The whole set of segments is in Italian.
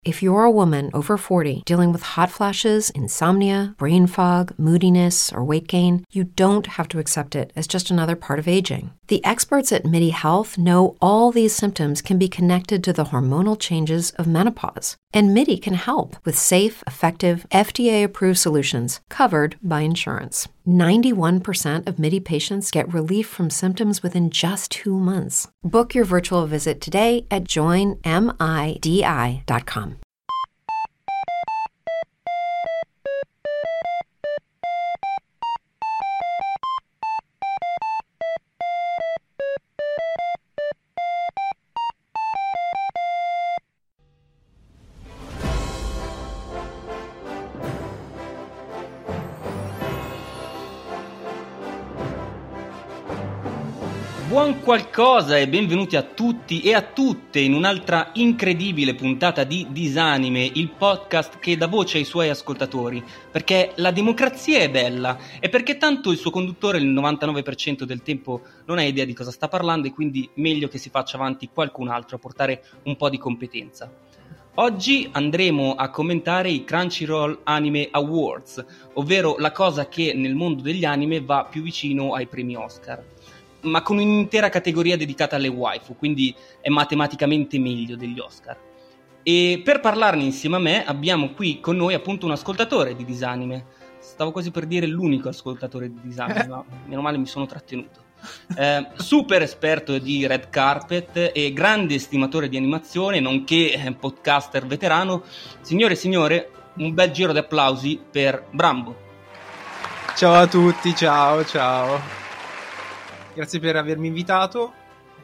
If you're a woman over 40 dealing with hot flashes, insomnia, brain fog, moodiness, or weight gain, you don't have to accept it as just another part of aging. The experts at MIDI Health know all these symptoms can be connected to the hormonal changes of menopause. And MIDI can help with safe, effective, FDA-approved solutions covered by insurance. 91% of MIDI patients get relief from symptoms within just 2 months. Book your virtual visit today at joinmidi.com. Buon qualcosa e benvenuti a tutti e a tutte in un'altra incredibile puntata di Disanime, il podcast che dà voce ai suoi ascoltatori, perché la democrazia è bella e perché tanto il suo conduttore il 99% del tempo non ha idea di cosa sta parlando e quindi meglio che si faccia avanti qualcun altro a portare un po' di competenza. Oggi andremo a commentare i Crunchyroll Anime Awards, ovvero la cosa che nel mondo degli anime va più vicino ai premi Oscar, ma con un'intera categoria dedicata alle waifu, quindi è matematicamente meglio degli Oscar. E per parlarne insieme a me abbiamo qui con noi appunto un ascoltatore di Disanime. Stavo quasi per dire l'unico ascoltatore di Disanime, ma meno male mi sono trattenuto. Super esperto di red carpet e grande estimatore di animazione, nonché podcaster veterano. Signore e signore, un bel giro di applausi per Brambo. Ciao a tutti, ciao. Grazie per avermi invitato,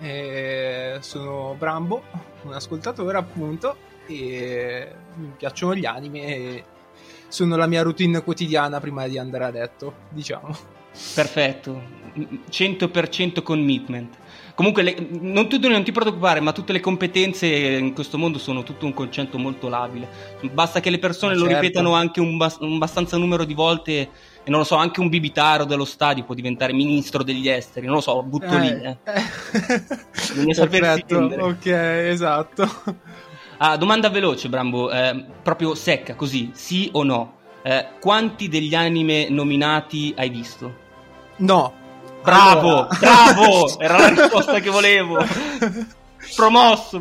sono Brambo, un ascoltatore appunto, e mi piacciono gli anime e sono la mia routine quotidiana prima di andare a letto, diciamo. Perfetto, 100% commitment. Comunque non ti preoccupare, ma tutte le competenze in questo mondo sono tutto un concetto molto labile. Basta che le persone lo ripetano anche un abbastanza numero di volte e non lo so, anche un bibitaro dello stadio può diventare ministro degli esteri, non lo so, butto lì. Bisogna sapersi intendere. Ok, esatto. Domanda veloce, Brambo, proprio secca, così, sì o no? Quanti degli anime nominati hai visto? No. Bravo, bravo, era la risposta che volevo. Promosso.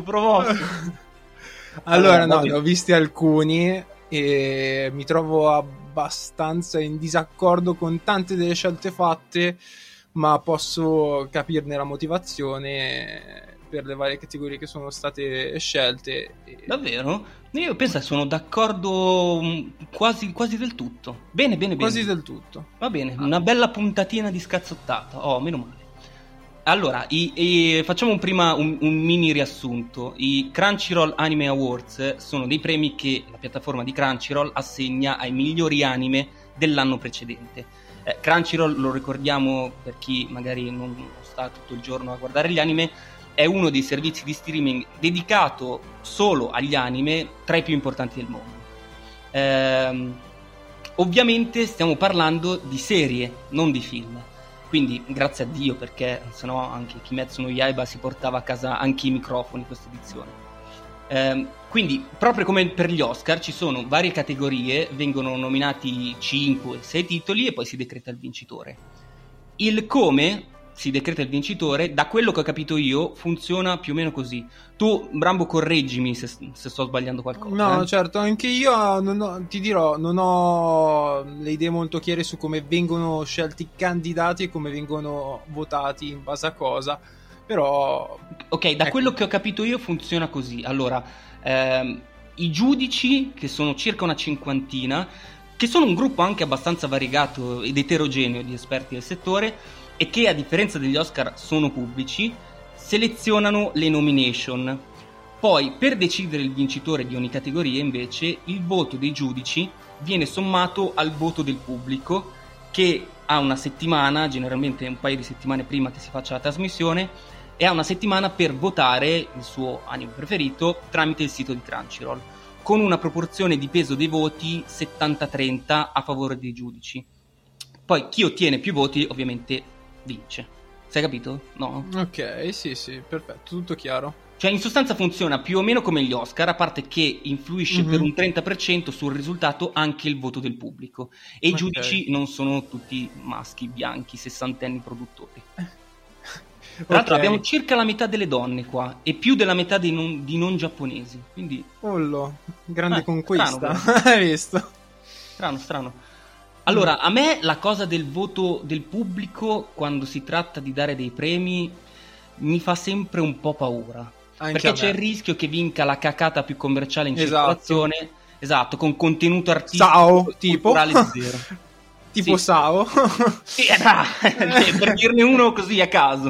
Allora no, ne ho visti alcuni e mi trovo abbastanza in disaccordo con tante delle scelte fatte, ma posso capirne la motivazione per le varie categorie che sono state scelte. Davvero? Io penso che sono d'accordo quasi del tutto. Bene. Quasi del tutto. Va bene, una bella puntatina di scazzottata. Oh, meno male. Allora, facciamo prima un mini riassunto. I Crunchyroll Anime Awards sono dei premi che la piattaforma di Crunchyroll assegna ai migliori anime dell'anno precedente. Crunchyroll, lo ricordiamo per chi magari non sta tutto il giorno a guardare gli anime, è uno dei servizi di streaming dedicato solo agli anime tra i più importanti del mondo. Ovviamente stiamo parlando di serie, non di film. Quindi grazie a Dio, perché sennò anche Kimetsu no Yaiba si portava a casa anche i microfoni questa edizione. Quindi proprio come per gli Oscar ci sono varie categorie, vengono nominati 5-6 titoli e poi si decreta il vincitore. Il come si decreta il vincitore, da quello che ho capito io, funziona più o meno così. Tu, Brambo, correggimi se sto sbagliando qualcosa. No, certo, anche io ti dirò, non ho le idee molto chiare su come vengono scelti i candidati e come vengono votati in base a cosa, però... Ok, da quello che ho capito io funziona così. Allora, i giudici, che sono circa una cinquantina, che sono un gruppo anche abbastanza variegato ed eterogeneo di esperti del settore, e che a differenza degli Oscar sono pubblici, selezionano le nomination. Poi per decidere il vincitore di ogni categoria invece il voto dei giudici viene sommato al voto del pubblico, che ha una settimana, generalmente un paio di settimane prima che si faccia la trasmissione, e ha una settimana per votare il suo anime preferito tramite il sito di Crunchyroll, con una proporzione di peso dei voti 70-30 a favore dei giudici. Poi chi ottiene più voti ovviamente vince. Sei capito? No? Ok, sì, perfetto, tutto chiaro. Cioè in sostanza funziona più o meno come gli Oscar, a parte che influisce per un 30% sul risultato anche il voto del pubblico, e i giudici non sono tutti maschi, bianchi, sessantenni produttori. Tra l'altro abbiamo circa la metà delle donne qua e più della metà di non giapponesi, quindi... grande conquista, strano, hai visto? Strano. Allora, a me la cosa del voto del pubblico quando si tratta di dare dei premi mi fa sempre un po' paura. Anche perché c'è il rischio che vinca la cacata più commerciale in circolazione, con contenuto artistico Sao, tipo zero. Tipo Sao. Sì, per dirne uno così a caso.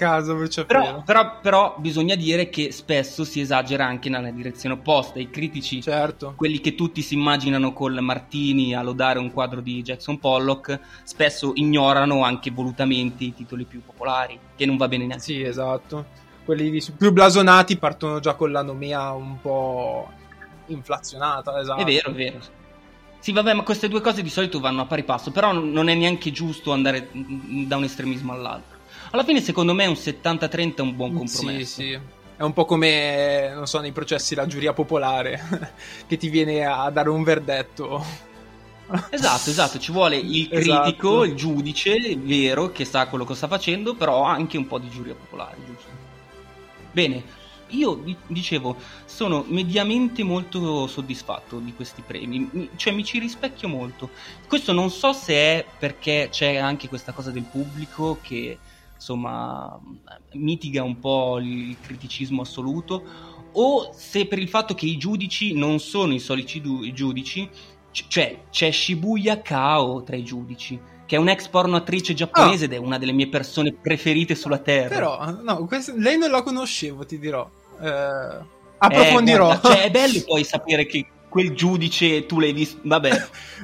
Però bisogna dire che spesso si esagera anche nella direzione opposta. I critici, quelli che tutti si immaginano col Martini a lodare un quadro di Jackson Pollock, spesso ignorano anche volutamente i titoli più popolari, che non va bene neanche. Sì, esatto. Quelli più blasonati partono già con la nomea un po' inflazionata, esatto. È vero. Sì, vabbè, ma queste due cose di solito vanno a pari passo, però non è neanche giusto andare da un estremismo all'altro. Alla fine, secondo me, un 70-30 è un buon compromesso. Sì. È un po' come, non so, nei processi la giuria popolare, che ti viene a dare un verdetto. Esatto, ci vuole il critico, il giudice, vero, che sa quello che sta facendo, però anche un po' di giuria popolare, giusto? Bene, io dicevo, sono mediamente molto soddisfatto di questi premi, cioè mi ci rispecchio molto. Questo non so se è perché c'è anche questa cosa del pubblico che insomma mitiga un po' il criticismo assoluto, o se per il fatto che i giudici non sono i soliti giudici, cioè c'è Shibuya Kao tra i giudici, che è un'ex porno attrice giapponese ed è una delle mie persone preferite sulla terra. Però, no, lei non la conoscevo, ti dirò. Approfondirò. Guarda, cioè, è bello poi sapere che quel giudice tu l'hai visto. Vabbè,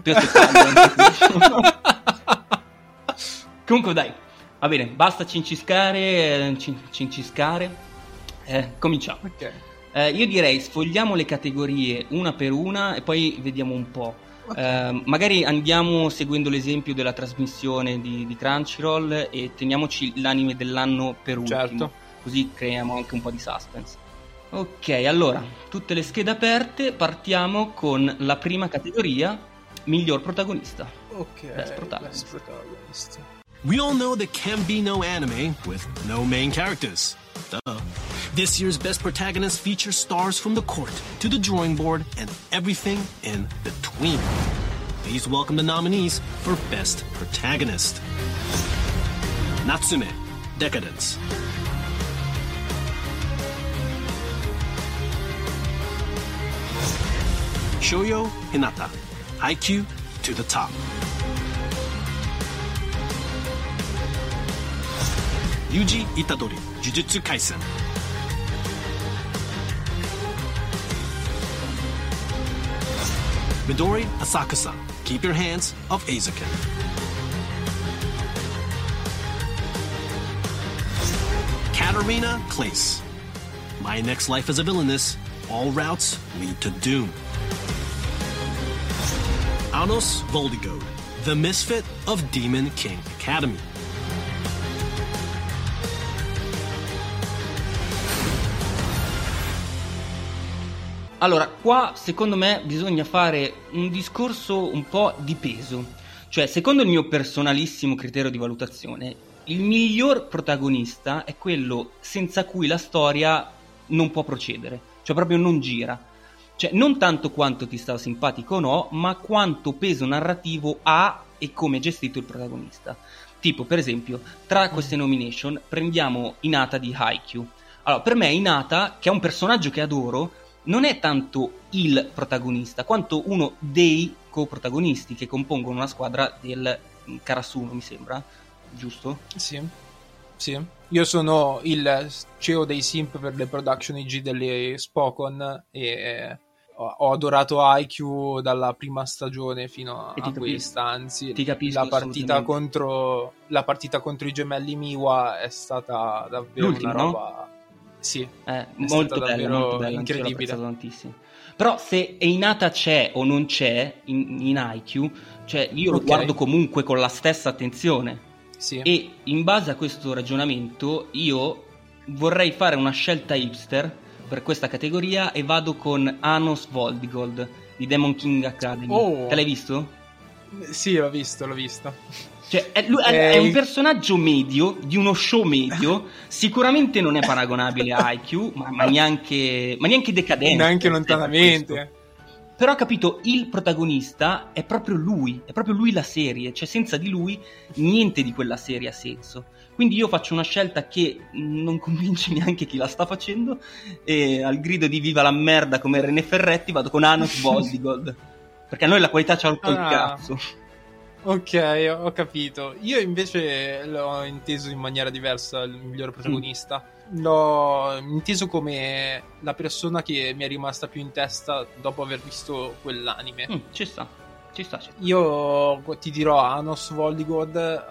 comunque dai, va bene, basta cinciscare. Cominciamo. Okay. Io direi sfogliamo le categorie una per una e poi vediamo un po'. Magari andiamo seguendo l'esempio della trasmissione di Crunchyroll e teniamoci l'anime dell'anno per ultimo, così creiamo anche un po' di suspense. Ok, allora, tutte le schede aperte, partiamo con la prima categoria, miglior protagonista. Ok, Best protagonist. We all know there can be no anime with no main characters. Duh. This year's Best Protagonist features stars from the court to the drawing board and everything in between. Please welcome the nominees for Best Protagonist. Natsume, Decadence. Shoyo Hinata, Haikyuu to the Top. Yuji Itadori, Jujutsu Kaisen. Midori Asaka-san, Keep Your Hands Off Eizouken. Katarina Claes, My Next Life as a Villainess, All Routes Lead to Doom. Anos Voldigode, The Misfit of Demon King Academy. Allora, qua secondo me bisogna fare un discorso un po' di peso. Cioè, secondo il mio personalissimo criterio di valutazione, il miglior protagonista è quello senza cui la storia non può procedere. Cioè, proprio non gira. Cioè, non tanto quanto ti sta simpatico o no, ma quanto peso narrativo ha e come è gestito il protagonista. Tipo, per esempio, tra queste nomination prendiamo Hinata di Haikyuu. Allora, per me Hinata, che è un personaggio che adoro, non è tanto il protagonista, quanto uno dei coprotagonisti che compongono una squadra del Karasuno, mi sembra, giusto? Sì. Io sono il CEO dei simp per le production IG delle Spokon e ho adorato Haikyuu dalla prima stagione fino a questa, anzi ti capisco, la partita contro i gemelli Miwa è stata davvero l'ultima, una roba, no? Sì, molto bella, incredibile, tantissimo. Però se Hinata c'è o non c'è in Haikyuu, cioè io lo guardo comunque con la stessa attenzione. Sì. E in base a questo ragionamento io vorrei fare una scelta hipster per questa categoria e vado con Anos Voldigold di Demon King Academy. Oh. Te l'hai visto? Sì, l'ho visto. Cioè, è un personaggio medio di uno show medio. Sicuramente non è paragonabile a IQ, ma neanche decadente. Neanche lontanamente. Però ha capito, il protagonista è proprio lui la serie, cioè senza di lui niente di quella serie ha senso. Quindi io faccio una scelta che non convince neanche chi la sta facendo e al grido di viva la merda come René Ferretti vado con Anos Voldigold, perché a noi la qualità ci ha rotto il cazzo. Ok, ho capito. Io invece l'ho inteso in maniera diversa, il migliore protagonista. L'ho inteso come la persona che mi è rimasta più in testa dopo aver visto quell'anime. Ci sta. Io ti dirò Anos Voldigold,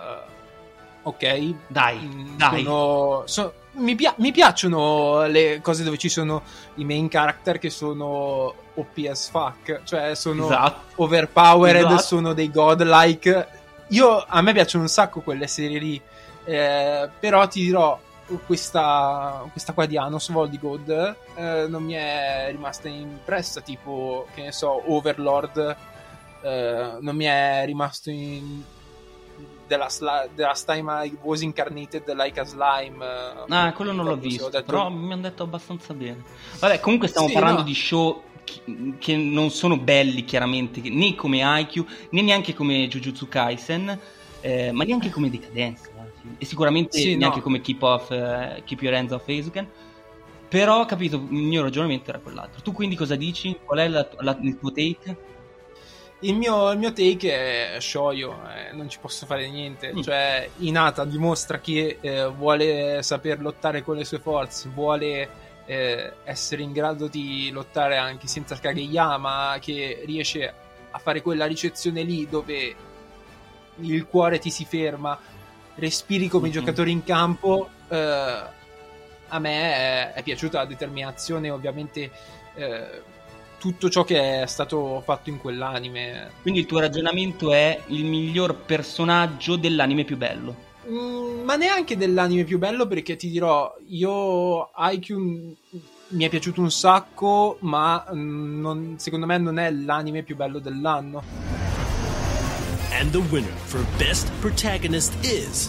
ok. Dai. Mi piacciono le cose dove ci sono i main character che sono OP as fuck, cioè sono overpowered, sono dei godlike. A me piacciono un sacco quelle serie lì, però ti dirò questa qua di Anos Voldigold non mi è rimasta impressa, tipo, che ne so, Overlord, non mi è rimasto in The last time I was incarnated like a slime. Quello non l'ho visto, però mi hanno detto abbastanza bene. Vabbè, comunque stiamo parlando di show che non sono belli, chiaramente, né come IQ, né neanche come Jujutsu Kaisen, ma neanche come Decadence, e sicuramente neanche come Keep Your Hands Off Eizouken. Però, capito, il mio ragionamento era quell'altro. Tu quindi cosa dici? Qual è il tuo take? Il mio take è Shoyo, non ci posso fare niente. Cioè, Hinata dimostra che vuole saper lottare con le sue forze, vuole essere in grado di lottare anche senza Kageyama, che riesce a fare quella ricezione lì dove il cuore ti si ferma, respiri come i giocatori in campo. A me è piaciuta la determinazione, ovviamente tutto ciò che è stato fatto in quell'anime. Quindi il tuo ragionamento è il miglior personaggio dell'anime più bello? Ma neanche dell'anime più bello, perché ti dirò, io Haikyuu mi è piaciuto un sacco, ma secondo me non è l'anime più bello dell'anno. And the winner for Best Protagonist is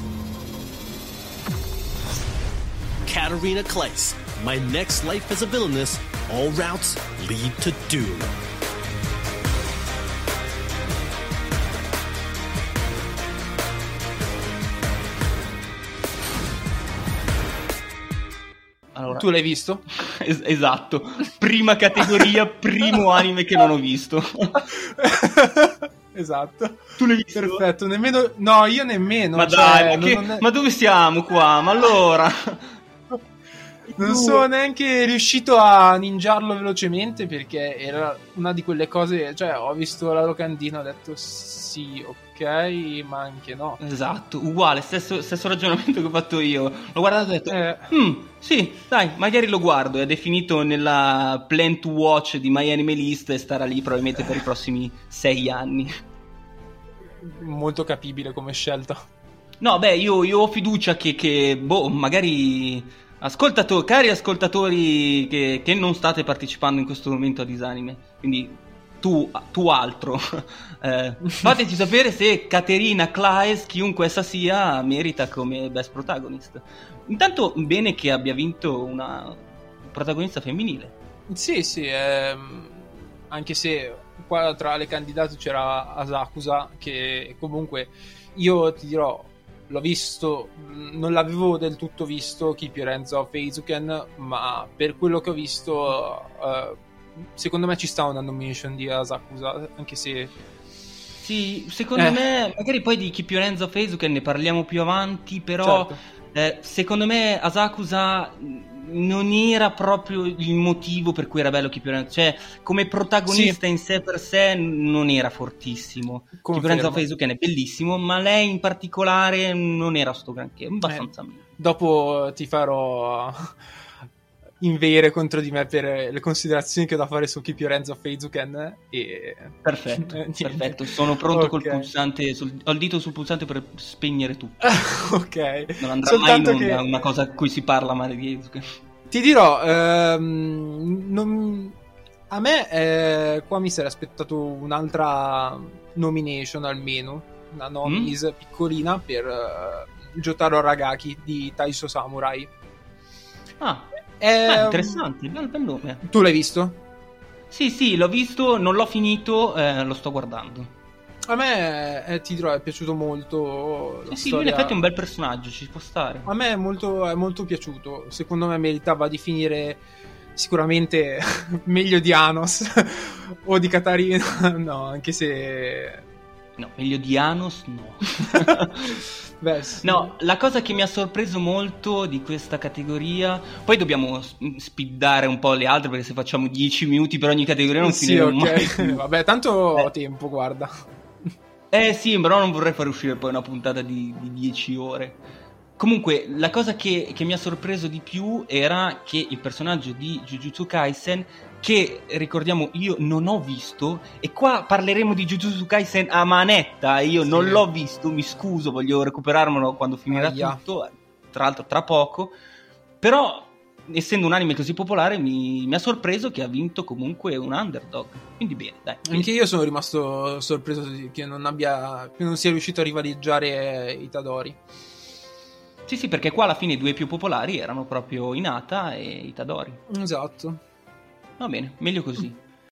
Katarina Kleiss. My Next Life as a Villainess. All routes lead to doom. Allora, tu l'hai visto? Esatto. Prima categoria, primo anime che non ho visto. Esatto. Tu l'hai visto? Perfetto, nemmeno... No, io nemmeno. Ma cioè, dai, ma dove siamo qua? Ma allora... Non sono neanche riuscito a ninjarlo velocemente, perché era una di quelle cose, cioè ho visto la locandina, ho detto sì, ok, ma anche no. Esatto, uguale, stesso ragionamento che ho fatto io. L'ho guardato e ho detto sì, dai, magari lo guardo. Ed è finito nella plan to watch di My Anime List e starà lì probabilmente per i prossimi 6 anni. Molto capibile come scelta. No, beh, io ho fiducia che magari... Cari ascoltatori che non state partecipando in questo momento a Disanime, quindi tu altro, fateci sapere se Katarina Kleiss, chiunque essa sia, merita come best protagonist. Intanto bene che abbia vinto una protagonista femminile. Sì, anche se qua tra le candidate c'era Asakusa, che comunque io ti dirò, l'ho visto, non l'avevo del tutto visto Keep Your Hands Off Eizouken, ma per quello che ho visto secondo me ci sta una nomination di Asakusa, anche se sì, secondo me magari poi di Keep Your Hands Off Eizouken ne parliamo più avanti, però certo. Secondo me Asakusa non era proprio il motivo per cui era bello Keep Your Hands, cioè come protagonista in sé per sé non era fortissimo. Keep Your Hands Off Eizouken è bellissimo, ma lei in particolare non era sto granché, abbastanza dopo ti farò inveire contro di me per le considerazioni che ho da fare su Keep Your Hands Off Eizouken. E... Perfetto, sono pronto col pulsante, ho il dito sul pulsante per spegnere tutto. Ok. Non andrà mai in onda una cosa a cui si parla male di Eizouken. Ti dirò, a me qua mi sarei aspettato un'altra nomination almeno, una nomis piccolina per Jotaro Aragaki di Taiso Samurai. Interessante, bel nome. Tu l'hai visto? Sì, l'ho visto, non l'ho finito, lo sto guardando. A me ti dirò, è piaciuto molto. Sì, lui in effetti è un bel personaggio, ci può stare. A me è molto piaciuto. Secondo me meritava di finire sicuramente meglio di Anos o di Katarina. No, anche se... No, meglio di Anos no. Beh, sì. No, la cosa che mi ha sorpreso molto di questa categoria, poi dobbiamo speedare un po' le altre, perché se facciamo 10 minuti per ogni categoria non finiremo mai. Vabbè, tanto ho tempo, guarda. Sì, però non vorrei far uscire poi una puntata di 10 ore. Comunque, la cosa che mi ha sorpreso di più era che il personaggio di Jujutsu Kaisen, che ricordiamo io non ho visto, e qua parleremo di Jujutsu Kaisen a manetta, io non l'ho visto, mi scuso, voglio recuperarmelo quando finirà tutto, tra l'altro tra poco, però essendo un anime così popolare mi ha sorpreso che ha vinto comunque un underdog, quindi bene, dai. Anche io sono rimasto sorpreso che non sia riuscito a rivaleggiare Itadori. Sì, perché qua alla fine i due più popolari erano proprio Hinata e Itadori. Esatto. Va bene, meglio così.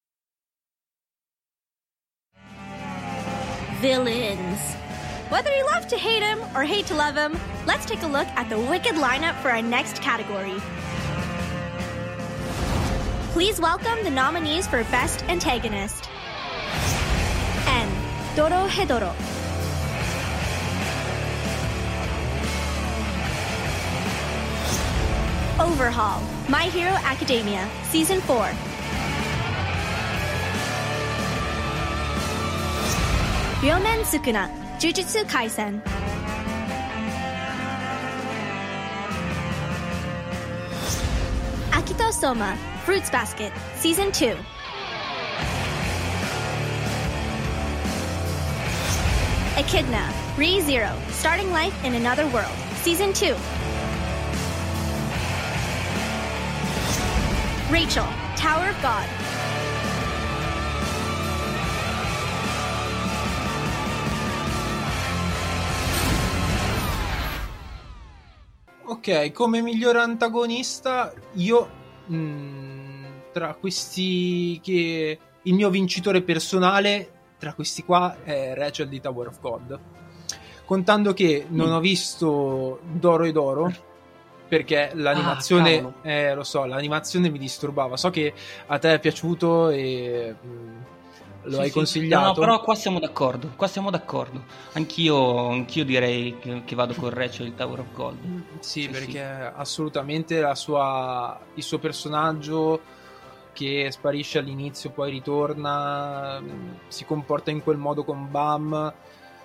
Villains. Whether you love to hate him or hate to love him, let's take a look at the wicked lineup for our next category. Please welcome the nominees for Best Antagonist. N. Dorohedoro. Overhaul, My Hero Academia, Season 4. Ryomen Sukuna, Jujutsu Kaisen. Akito Soma, Fruits Basket, Season 2. Echidna, Re:Zero, Starting Life in Another World, Season 2. Rachel, Tower of God. Ok, come miglior antagonista io tra questi che il mio vincitore personale tra questi qua è Rachel di Tower of God, contando che non ho visto Doro perché l'animazione lo so, l'animazione mi disturbava. So che a te è piaciuto e lo hai consigliato. No, però qua siamo d'accordo. Anch'io direi che vado con Rachel di Tower of Gold. Sì, perché assolutamente il suo personaggio che sparisce all'inizio, poi ritorna, si comporta in quel modo con Bam.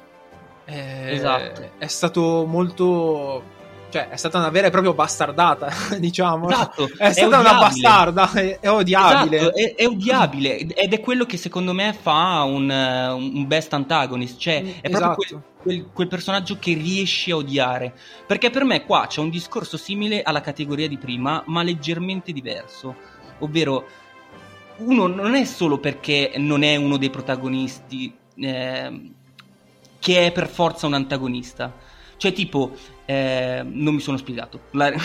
Esatto. È stato molto... Cioè, è stata una vera e propria bastardata, diciamo. Esatto. È stata una bastarda, è odiabile. Esatto, è odiabile. Ed è quello che secondo me fa un best antagonist. Cioè, è proprio quel personaggio che riesci a odiare. Perché per me qua c'è un discorso simile alla categoria di prima, ma leggermente diverso. Ovvero, uno non è solo perché non è uno dei protagonisti che è per forza un antagonista. Cioè, tipo... non mi sono spiegato.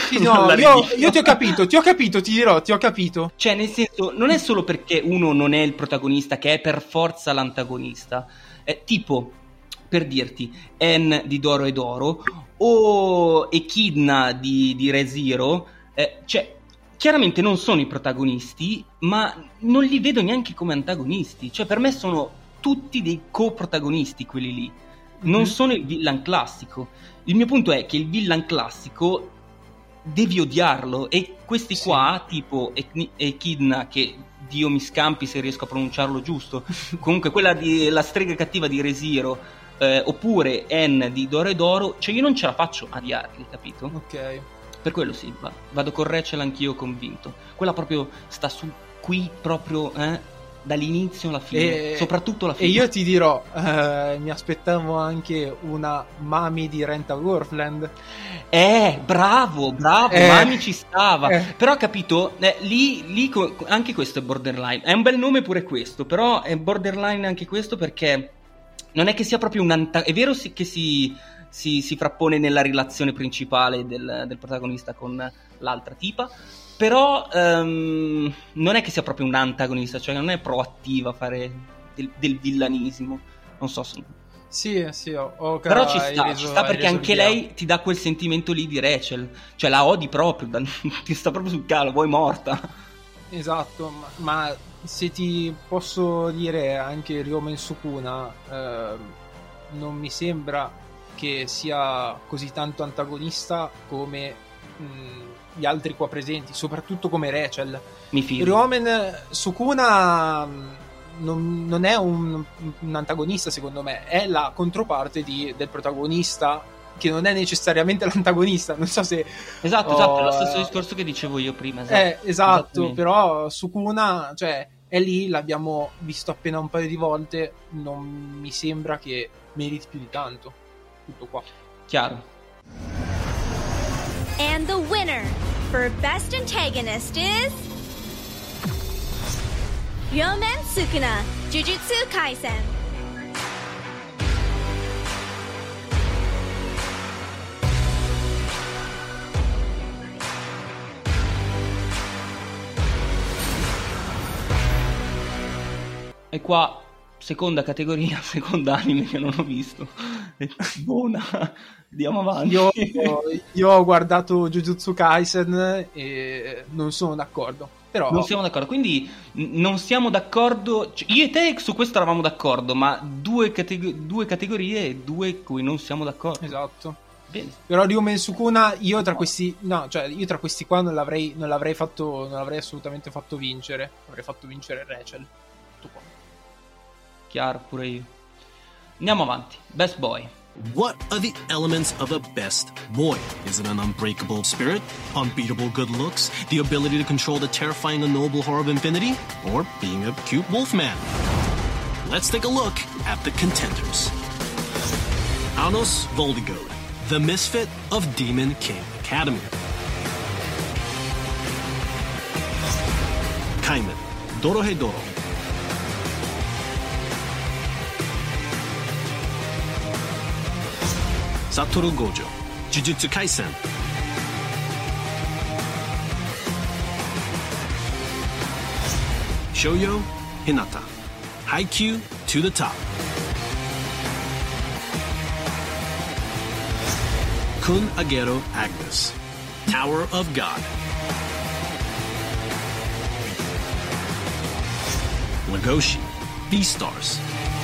Io ti ho capito, ti dirò, ti ho capito. Cioè, nel senso, non è solo perché uno non è il protagonista che è per forza l'antagonista. Tipo, per dirti, N di Doro e Doro o Echidna di Re:Zero, cioè, chiaramente non sono i protagonisti, ma non li vedo neanche come antagonisti. Cioè, per me sono tutti dei coprotagonisti quelli lì. Non sono il villain classico. Il mio punto è che il villain classico devi odiarlo, e questi qua, tipo Echidna, che Dio mi scampi se riesco a pronunciarlo giusto, comunque quella di la strega cattiva di Re:Zero, oppure N di Doro e Doro, cioè io non ce la faccio a odiarli, capito? Ok. Per quello sì, vado con Rachel anch'io convinto. Quella proprio sta su qui proprio dall'inizio alla fine, soprattutto la fine. E io ti dirò, mi aspettavo anche una Mami di Renta Girlfriend. Bravo, Mami ci stava. Però capito, lì anche questo è borderline. È un bel nome pure questo, però è borderline anche questo perché non è che sia proprio è vero che si frappone nella relazione principale del protagonista con l'altra tipa, però non è che sia proprio un antagonista, cioè non è proattiva a fare del villanismo, non so se... Sì, però ci sta perché anche lei ti dà quel sentimento lì di Rachel, cioè la odi proprio, ti sta proprio sul calo, vuoi morta. Esatto, ma se ti posso dire anche Ryomen Sukuna, non mi sembra che sia così tanto antagonista come gli altri qua presenti, soprattutto come Rachel. Mi fido. Ryomen Sukuna non è un antagonista, secondo me, è la controparte del protagonista, che non è necessariamente l'antagonista. Non so se esatto, è lo stesso discorso che dicevo io prima. Esatto, però Sukuna, cioè, è lì, l'abbiamo visto appena un paio di volte, non mi sembra che meriti più di tanto. Tutto qua. Chiaro. And the winner for Best Antagonist is Ryomen Sukuna, Jujutsu Kaisen. E qua seconda categoria, seconda anime che non ho visto. Buona, andiamo avanti. Io ho guardato Jujutsu Kaisen e non sono d'accordo. Però... Non siamo d'accordo, quindi non siamo d'accordo. Io e te su questo eravamo d'accordo, ma due categorie e due cui non siamo d'accordo. Esatto. Bene. Però Ryomen Sukuna, io tra questi qua non l'avrei assolutamente fatto vincere. Avrei fatto vincere Rachel. Tutto qua. Chiaro, pure io. Andiamo avanti. Best Boy. What are the elements of a best boy? Is it an unbreakable spirit, unbeatable good looks, the ability to control the terrifying and noble horror of infinity, or being a cute wolfman? Let's take a look at the contenders. Anos Voldigode, the misfit of Demon King Academy. Kaiman, Dorohedoro. Satoru Gojo, Jujutsu Kaisen. Shoyo Hinata, Haikyuu to the top. Kun Agero Agnes, Tower of God. Legoshi, Beastars.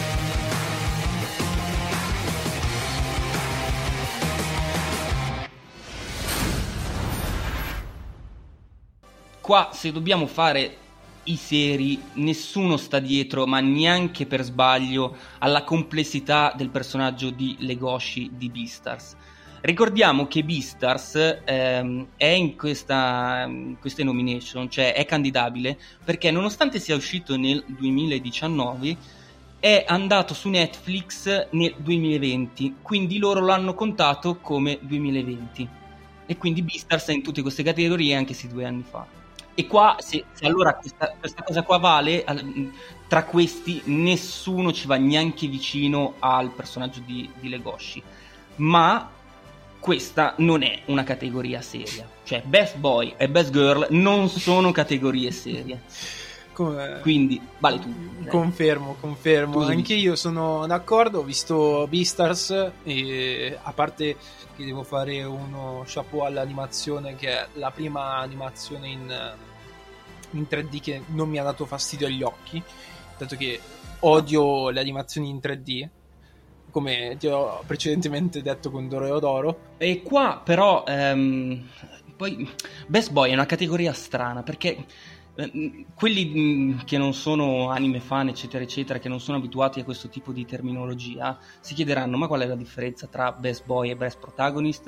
Qua se dobbiamo fare i seri, nessuno sta dietro, ma neanche per sbaglio, alla complessità del personaggio di Legoshi di Beastars. Ricordiamo che Beastars è in queste nomination, cioè è candidabile, perché nonostante sia uscito nel 2019, è andato su Netflix nel 2020, quindi loro lo hanno contato come 2020. E quindi Beastars è in tutte queste categorie, anche se 2 anni fa. E qua, se allora questa cosa qua vale, tra questi nessuno ci va neanche vicino al personaggio di Legoshi. Ma questa non è una categoria seria. Cioè Best Boy e Best Girl non sono categorie serie. Quindi vale tutto. Confermo. Anche io sono d'accordo. Ho visto Beastars e a parte che devo fare uno chapeau all'animazione, che è la prima animazione in 3D che non mi ha dato fastidio agli occhi, dato che odio le animazioni in 3D, come ti ho precedentemente detto con Dorohedoro. E qua però poi Best Boy è una categoria strana, perché quelli che non sono anime fan eccetera eccetera, che non sono abituati a questo tipo di terminologia, si chiederanno: ma qual è la differenza tra Best Boy e Best Protagonist?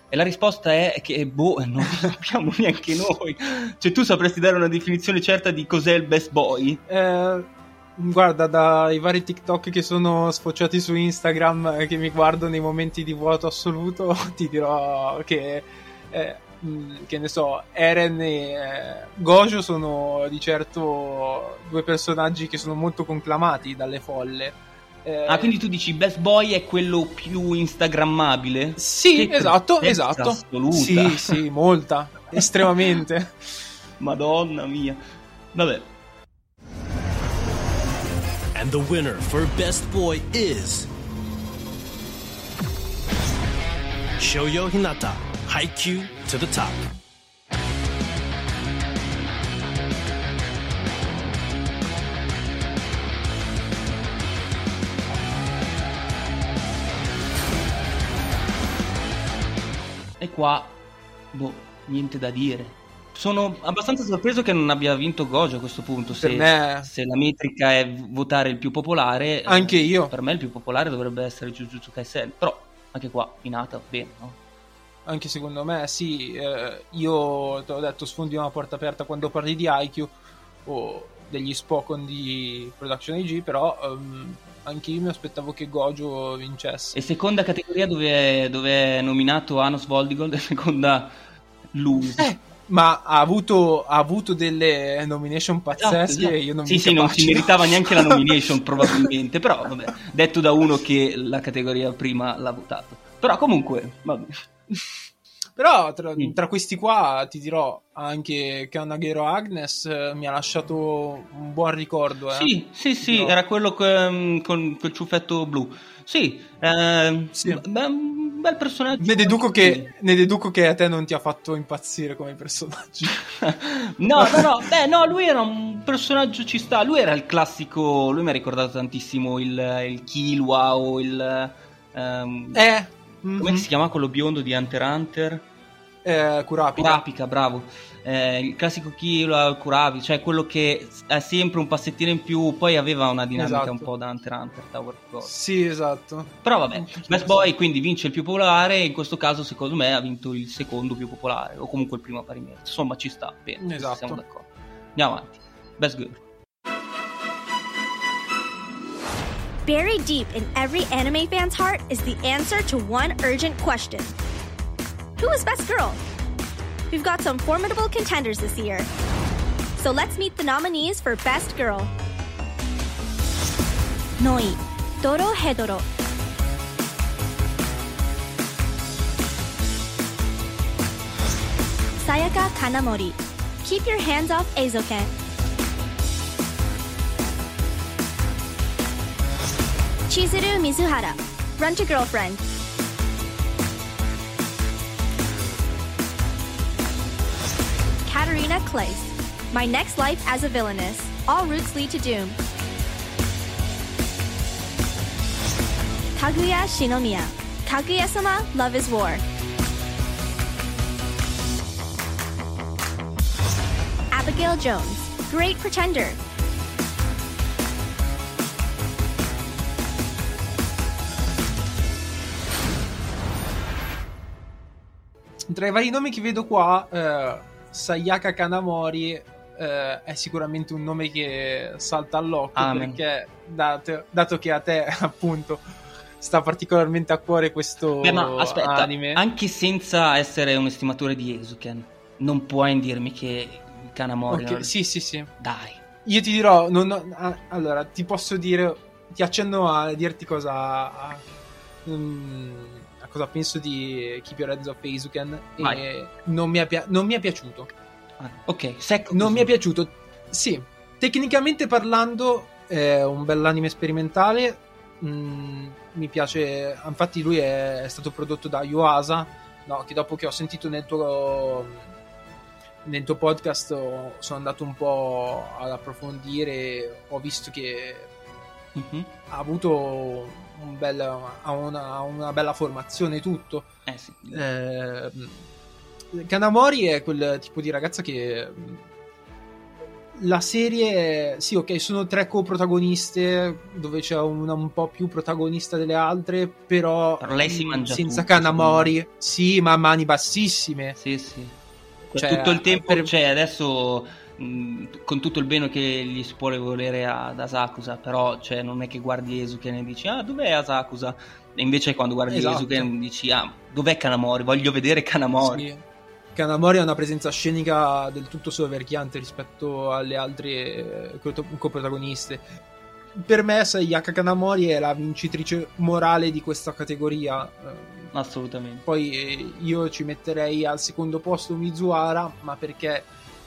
E la risposta è che, non lo sappiamo neanche noi. Cioè, tu sapresti dare una definizione certa di cos'è il best boy? Guarda, dai vari TikTok che sono sfociati su Instagram che mi guardo nei momenti di vuoto assoluto, ti dirò che ne so, Eren e Gojo sono di certo due personaggi che sono molto conclamati dalle folle. Quindi tu dici best boy è quello più instagrammabile? Sì, che esatto. assoluta. Sì, molta, estremamente. Madonna mia. Vabbè. And the winner for Best Boy is Shoyo Hinata, Haikyuu to the Top. E qua, niente da dire. Sono abbastanza sorpreso che non abbia vinto Gojo a questo punto. Se la metrica è votare il più popolare, anche io. Per me il più popolare dovrebbe essere Jujutsu Kaisen. Però anche qua Hinata bene, no? Anche secondo me sì. Io te l'ho detto, sfondi una porta aperta quando parli di Haikyuu o degli Spokon di Production IG, però anche io mi aspettavo che Gojo vincesse. E seconda categoria dove è nominato Anos Voldigold e seconda lui. Ma ha avuto delle nomination pazzesche. Esatto. Io non non si meritava neanche la nomination probabilmente, però vabbè, detto da uno che la categoria prima l'ha votato. Però comunque, vabbè. Però tra questi qua ti dirò anche Kanagero Agnes mi ha lasciato un buon ricordo. Sì, era quello con quel ciuffetto blu. Sì. Un bel personaggio. Ne deduco che a te non ti ha fatto impazzire come personaggio. No, lui era un personaggio, ci sta. Lui era il classico. Lui mi ha ricordato tantissimo il Killua o il. Come si chiama quello biondo di Hunter x Hunter? Kurapika, bravo. Il classico Killua, Kurapika, cioè quello che ha sempre un passettino in più, poi aveva una dinamica un po' da Hunter x Hunter, Tower of God. Sì, esatto. Però vabbè, Best Boy quindi vince il più popolare, in questo caso secondo me ha vinto il secondo più popolare, o comunque il primo a pari merito. Insomma ci sta, bene, esatto. Siamo d'accordo. Andiamo avanti. Best Girl. Buried deep in every anime fan's heart is the answer to one urgent question. Who is best girl? We've got some formidable contenders this year. So let's meet the nominees for best girl. Noi, Dorohedoro. Sayaka Kanamori. Keep your hands off Eizouken. Chizuru Mizuhara. Run to girlfriend. Katarina Claes. My next life as a villainess. All routes lead to doom. Kaguya Shinomiya. Kaguya-sama, love is war. Abigail Jones. Great pretender. Tra i vari nomi che vedo qua, Sayaka Kanamori è sicuramente un nome che salta all'occhio. Perché dato che a te appunto sta particolarmente a cuore questo ma aspetta, anime, anche senza essere un estimatore di Eizouken non puoi dirmi che Kanamori sì. Dai, io ti dirò allora ti posso dire, ti accenno a dirti cosa penso di Keep Your Hands Off Eizouken. E non mi è piaciuto. Ok, non mi è piaciuto. Sì, tecnicamente parlando è un bell'anime sperimentale. Mi piace. Infatti lui è stato prodotto da Yuasa, no, che dopo che ho sentito nel tuo podcast sono andato un po' ad approfondire. Ho visto che ha avuto ha una bella formazione tutto. Sì. Kanamori è quel tipo di ragazza che la serie, sì, ok, sono 3 coprotagoniste, dove c'è una un po' più protagonista delle altre, però lei si mangia senza tutto, Kanamori, sì, ma a mani bassissime. Sì. Cioè, tutto il tempo, cioè adesso con tutto il bene che gli si può volere ad Asakusa, però cioè, non è che guardi Eisuken e dici dov'è Asakusa? E invece quando guardi Eisuken dici dov'è Kanamori? Voglio vedere Kanamori. Sì. Kanamori ha una presenza scenica del tutto soverchiante rispetto alle altre coprotagoniste. Per me Sayaka Kanamori è la vincitrice morale di questa categoria. Assolutamente. Poi io ci metterei al secondo posto Mizuhara, ma perché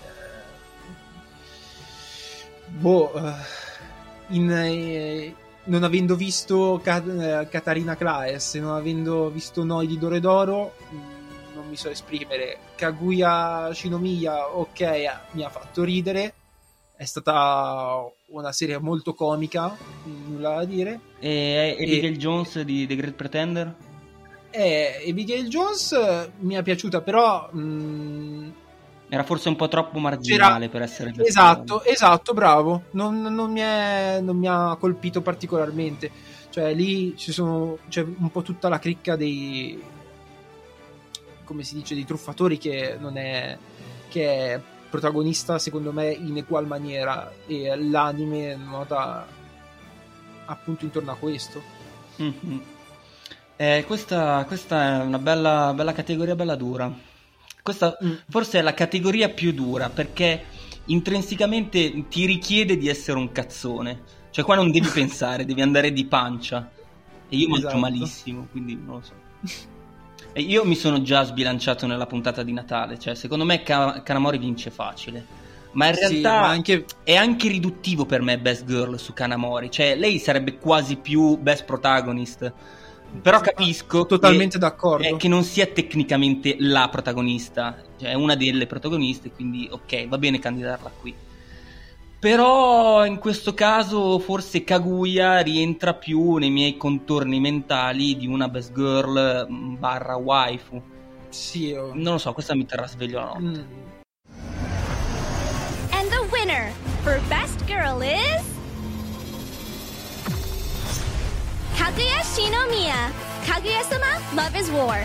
non avendo visto Katarina Claes, non avendo visto Noi di Doredoro, non mi so esprimere. Kaguya Shinomiya, ok, mi ha fatto ridere, è stata una serie molto comica, nulla da dire. E Abigail Jones di The Great Pretender? Abigail Jones mi è piaciuta, però era forse un po' troppo marginale per essere esatto, bravo, non mi ha colpito particolarmente. Cioè lì c'è un po' tutta la cricca dei, come si dice, dei truffatori, che è protagonista secondo me in egual maniera, e l'anime nota appunto intorno a questo. Mm-hmm. Questa è una bella categoria, bella dura. Questa forse è la categoria più dura, perché intrinsecamente ti richiede di essere un cazzone. Cioè qua non devi pensare, devi andare di pancia. E io mangio malissimo, quindi non lo so. E io mi sono già sbilanciato nella puntata di Natale. Cioè secondo me Kanamori vince facile. Ma in realtà è anche riduttivo per me Best Girl su Kanamori. Cioè lei sarebbe quasi più Best Protagonist. Però capisco totalmente d'accordo che non sia tecnicamente la protagonista, cioè è una delle protagoniste, quindi ok, va bene candidarla qui. Però in questo caso forse Kaguya rientra più nei miei contorni mentali di una best girl / waifu. Sì, non lo so, questa mi terrà sveglio la notte. And the winner for best girl is Kaguya Shinomiya. Kaguya-sama, Love is War.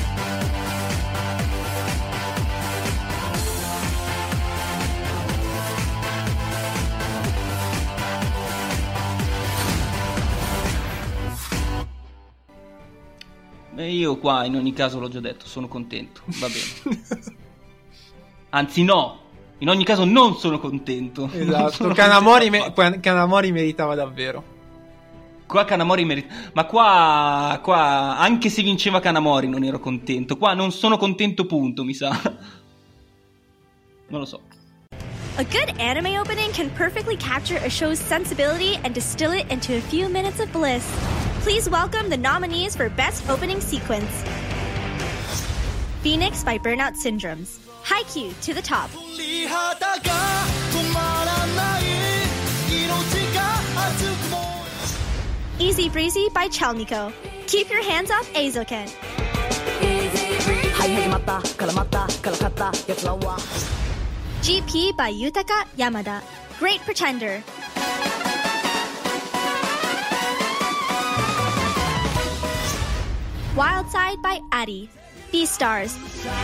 Beh, io qua in ogni caso l'ho già detto, sono contento, va bene. Anzi no, in ogni caso non sono contento. Esatto, Kanamori meritava davvero. Qua Kanamori merita, ma qua anche se vinceva Kanamori non ero contento. Qua non sono contento, punto, mi sa. Non lo so. A good anime opening can perfectly capture a show's sensibility and distill it into a few minutes of bliss. Please welcome the nominees for Best Opening Sequence. Phoenix by Burnout Syndromes. Haikyuu to the top. Easy Breezy by Chalmiko. Keep your hands off Eizouken. GP by Yutaka Yamada. Great Pretender. Wild Side by Adi. Beastars.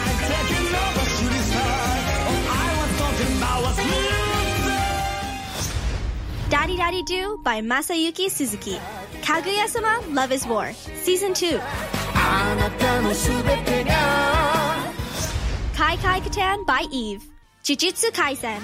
Daddy Daddy Do by Masayuki Suzuki. Kaguya-sama, Love is War. Season 2. Kai Kai Katan by Eve. Jujutsu Kaisen.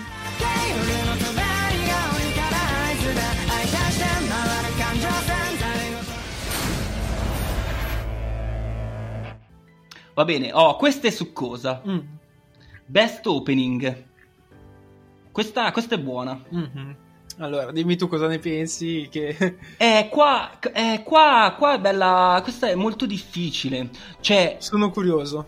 Va bene, questa è succosa. Best Opening. Questa è buona. Mm-hmm. Allora, dimmi tu cosa ne pensi. Qua è bella. Questa è molto difficile. Cioè, sono curioso.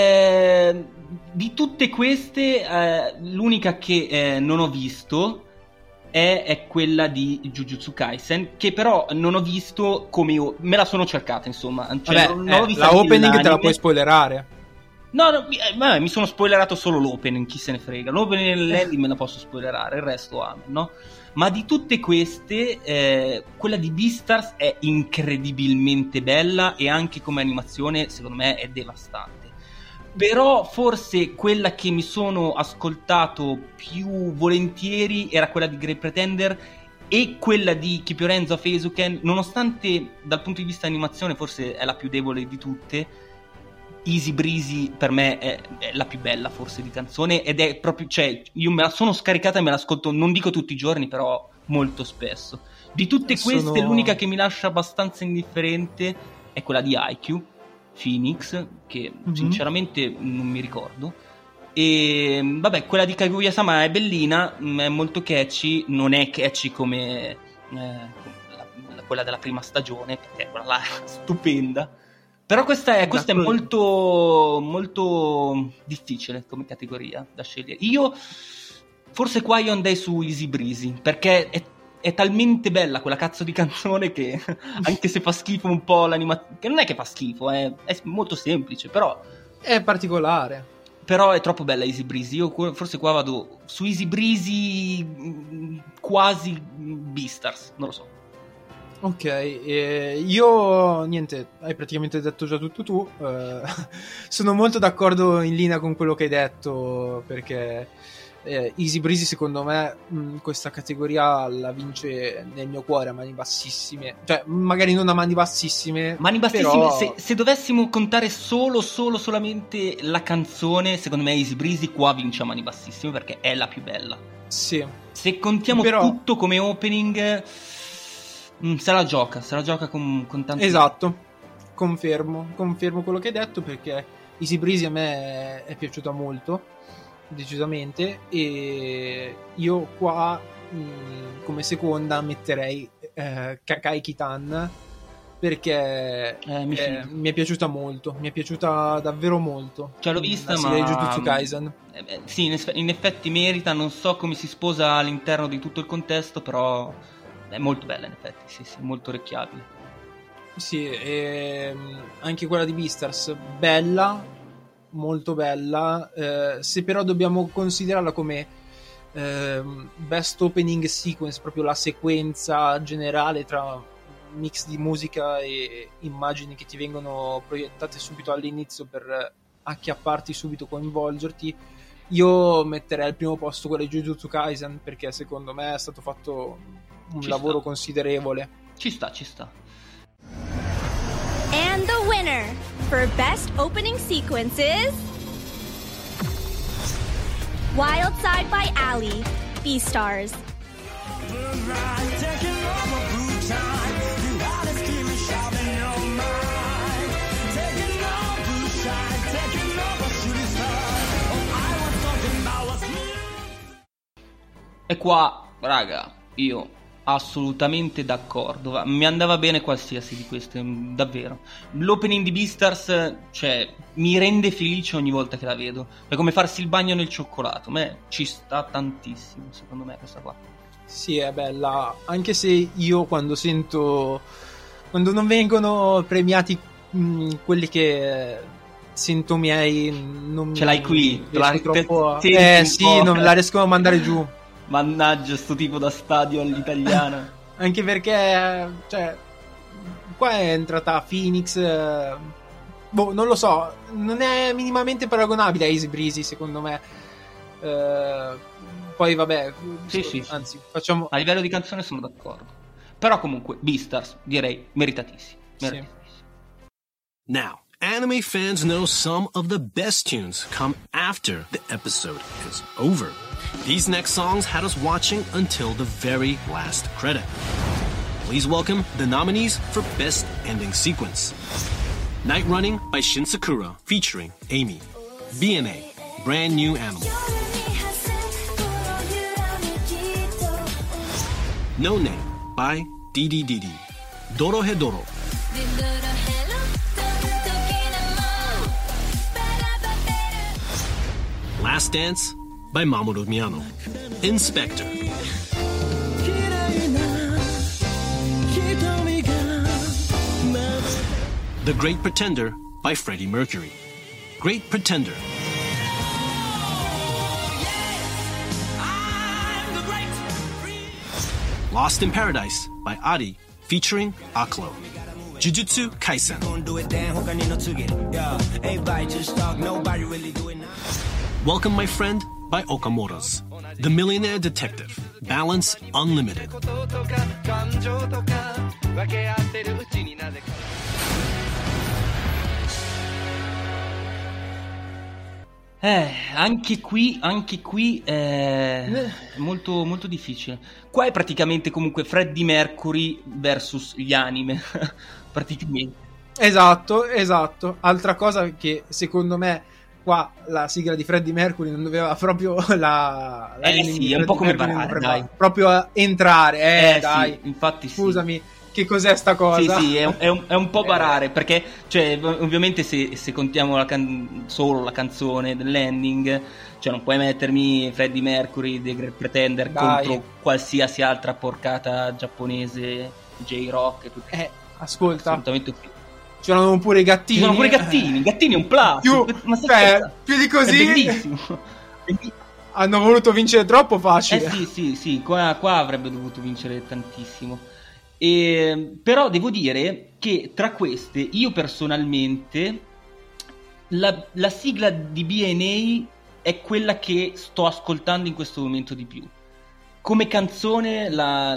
Di tutte queste, l'unica che non ho visto è quella di Jujutsu Kaisen, che però non ho visto come io me la sono cercata, insomma. Cioè, Vabbè, non l'ho vista la opening nell'anime. te la puoi spoilerare. mi sono spoilerato solo l'opening, chi se ne frega. L'opening e l'ending me la posso spoilerare, il resto amen, no? Ma di tutte queste, quella di Beastars è incredibilmente bella e anche come animazione, secondo me, è devastante. Però forse quella che mi sono ascoltato più volentieri era quella di Great Pretender e quella di Keep Your Hands Off Eizouken, nonostante dal punto di vista animazione forse è la più debole di tutte. Easy Breezy per me è la più bella forse di canzone, ed è proprio, cioè, io me la sono scaricata e me l'ascolto, non dico tutti i giorni, però molto spesso. Di tutte queste l'unica che mi lascia abbastanza indifferente è quella di IQ Phoenix, che sinceramente non mi ricordo. E vabbè, quella di Kaguya-sama è bellina, è molto catchy, non è catchy come quella della prima stagione, perché quella là è stupenda. Però questa è molto molto difficile come categoria da scegliere. Io forse qua io andrei su Easy Breezy, perché è talmente bella quella cazzo di canzone che anche se fa schifo un po' l'animazione, che non è che fa schifo, è molto semplice, però è particolare. Però è troppo bella Easy Breezy. Io forse qua vado su Easy Breezy, quasi Beastars, non lo so. Ok, io niente, hai praticamente detto già tutto tu. Sono molto d'accordo, in linea con quello che hai detto, perché Easy Breezy secondo me questa categoria la vince nel mio cuore a mani bassissime, cioè magari non a mani bassissime, però... se dovessimo contare solamente la canzone, secondo me Easy Breezy qua vince a mani bassissime perché è la più bella. Sì. Se contiamo tutto come opening, se la gioca con tanti... Esatto, confermo quello che hai detto, perché Easy Breezy a me è piaciuta molto, decisamente, e io qua come seconda metterei Kakai Kitan, perché mi è piaciuta molto, mi è piaciuta davvero molto. Cioè l'ho vista, ma Jujutsu Kaisen. Sì, in effetti merita, non so come si sposa all'interno di tutto il contesto, però è molto bella in effetti, sì, molto orecchiabile. Sì, e anche quella di Beastars, bella, molto bella, se però dobbiamo considerarla come best opening sequence, proprio la sequenza generale tra mix di musica e immagini che ti vengono proiettate subito all'inizio per acchiapparti subito, coinvolgerti, io metterei al primo posto quella di Jujutsu Kaisen, perché secondo me è stato fatto un lavoro considerevole. Ci sta. And the winner for best opening sequence is Wild Side by Ali, Beastars. E qua, raga, io assolutamente d'accordo, mi andava bene qualsiasi di queste, davvero. L'opening di Beastars, cioè, mi rende felice ogni volta che la vedo, è come farsi il bagno nel cioccolato, a me ci sta tantissimo, secondo me, questa qua. Sì, è bella, anche se io quando non vengono premiati quelli che sento miei, non ce l'hai qui, troppo sì, non la riesco a mandare giù. Mannaggia, sto tipo da stadio all'italiana. Anche perché, cioè, qua è entrata Phoenix, non lo so, non è minimamente paragonabile a Easy Breezy, secondo me. Poi vabbè, sì. Anzi, facciamo... A livello di canzone sono d'accordo. Però comunque, Beastars, direi, meritatissimi. Sì. Now, anime fans know some of the best tunes come after the episode is over. These next songs had us watching until the very last credit. Please welcome the nominees for Best Ending Sequence. Night Running by Shin Sakura featuring Amy. BNA, Brand New Animal. No Name by DDDD. Dorohedoro. Last Dance by Mamoru Miyano. Inspector. The Great Pretender by Freddie Mercury. Great Pretender. Lost in Paradise by Adi, featuring Aklo. Jujutsu Kaisen. Welcome My Friend by Okamoto's. The Millionaire Detective. Balance Unlimited. Anche qui è molto, molto difficile. Qua è praticamente comunque Freddie Mercury versus gli anime. Praticamente. Esatto. Altra cosa che secondo me qua la sigla di Freddie Mercury non doveva proprio sì, è un po' come Barare, dai. Proprio entrare, dai. Sì, infatti sì. Scusami, che cos'è sta cosa? Sì, è un po' barare, perché cioè ovviamente se contiamo solo la canzone dell'ending, cioè non puoi mettermi Freddie Mercury The Great Pretender contro qualsiasi altra porcata giapponese, J-Rock e tutto. Ascolta. Assolutamente sì. C'erano pure i gattini. Ci sono pure i gattini. Gattini è un plus. Più di così. È bellissimo. Hanno voluto vincere troppo facile. Sì. Qua avrebbe dovuto vincere tantissimo. Però devo dire che tra queste, io personalmente, la sigla di BNA è quella che sto ascoltando in questo momento di più. Come canzone, la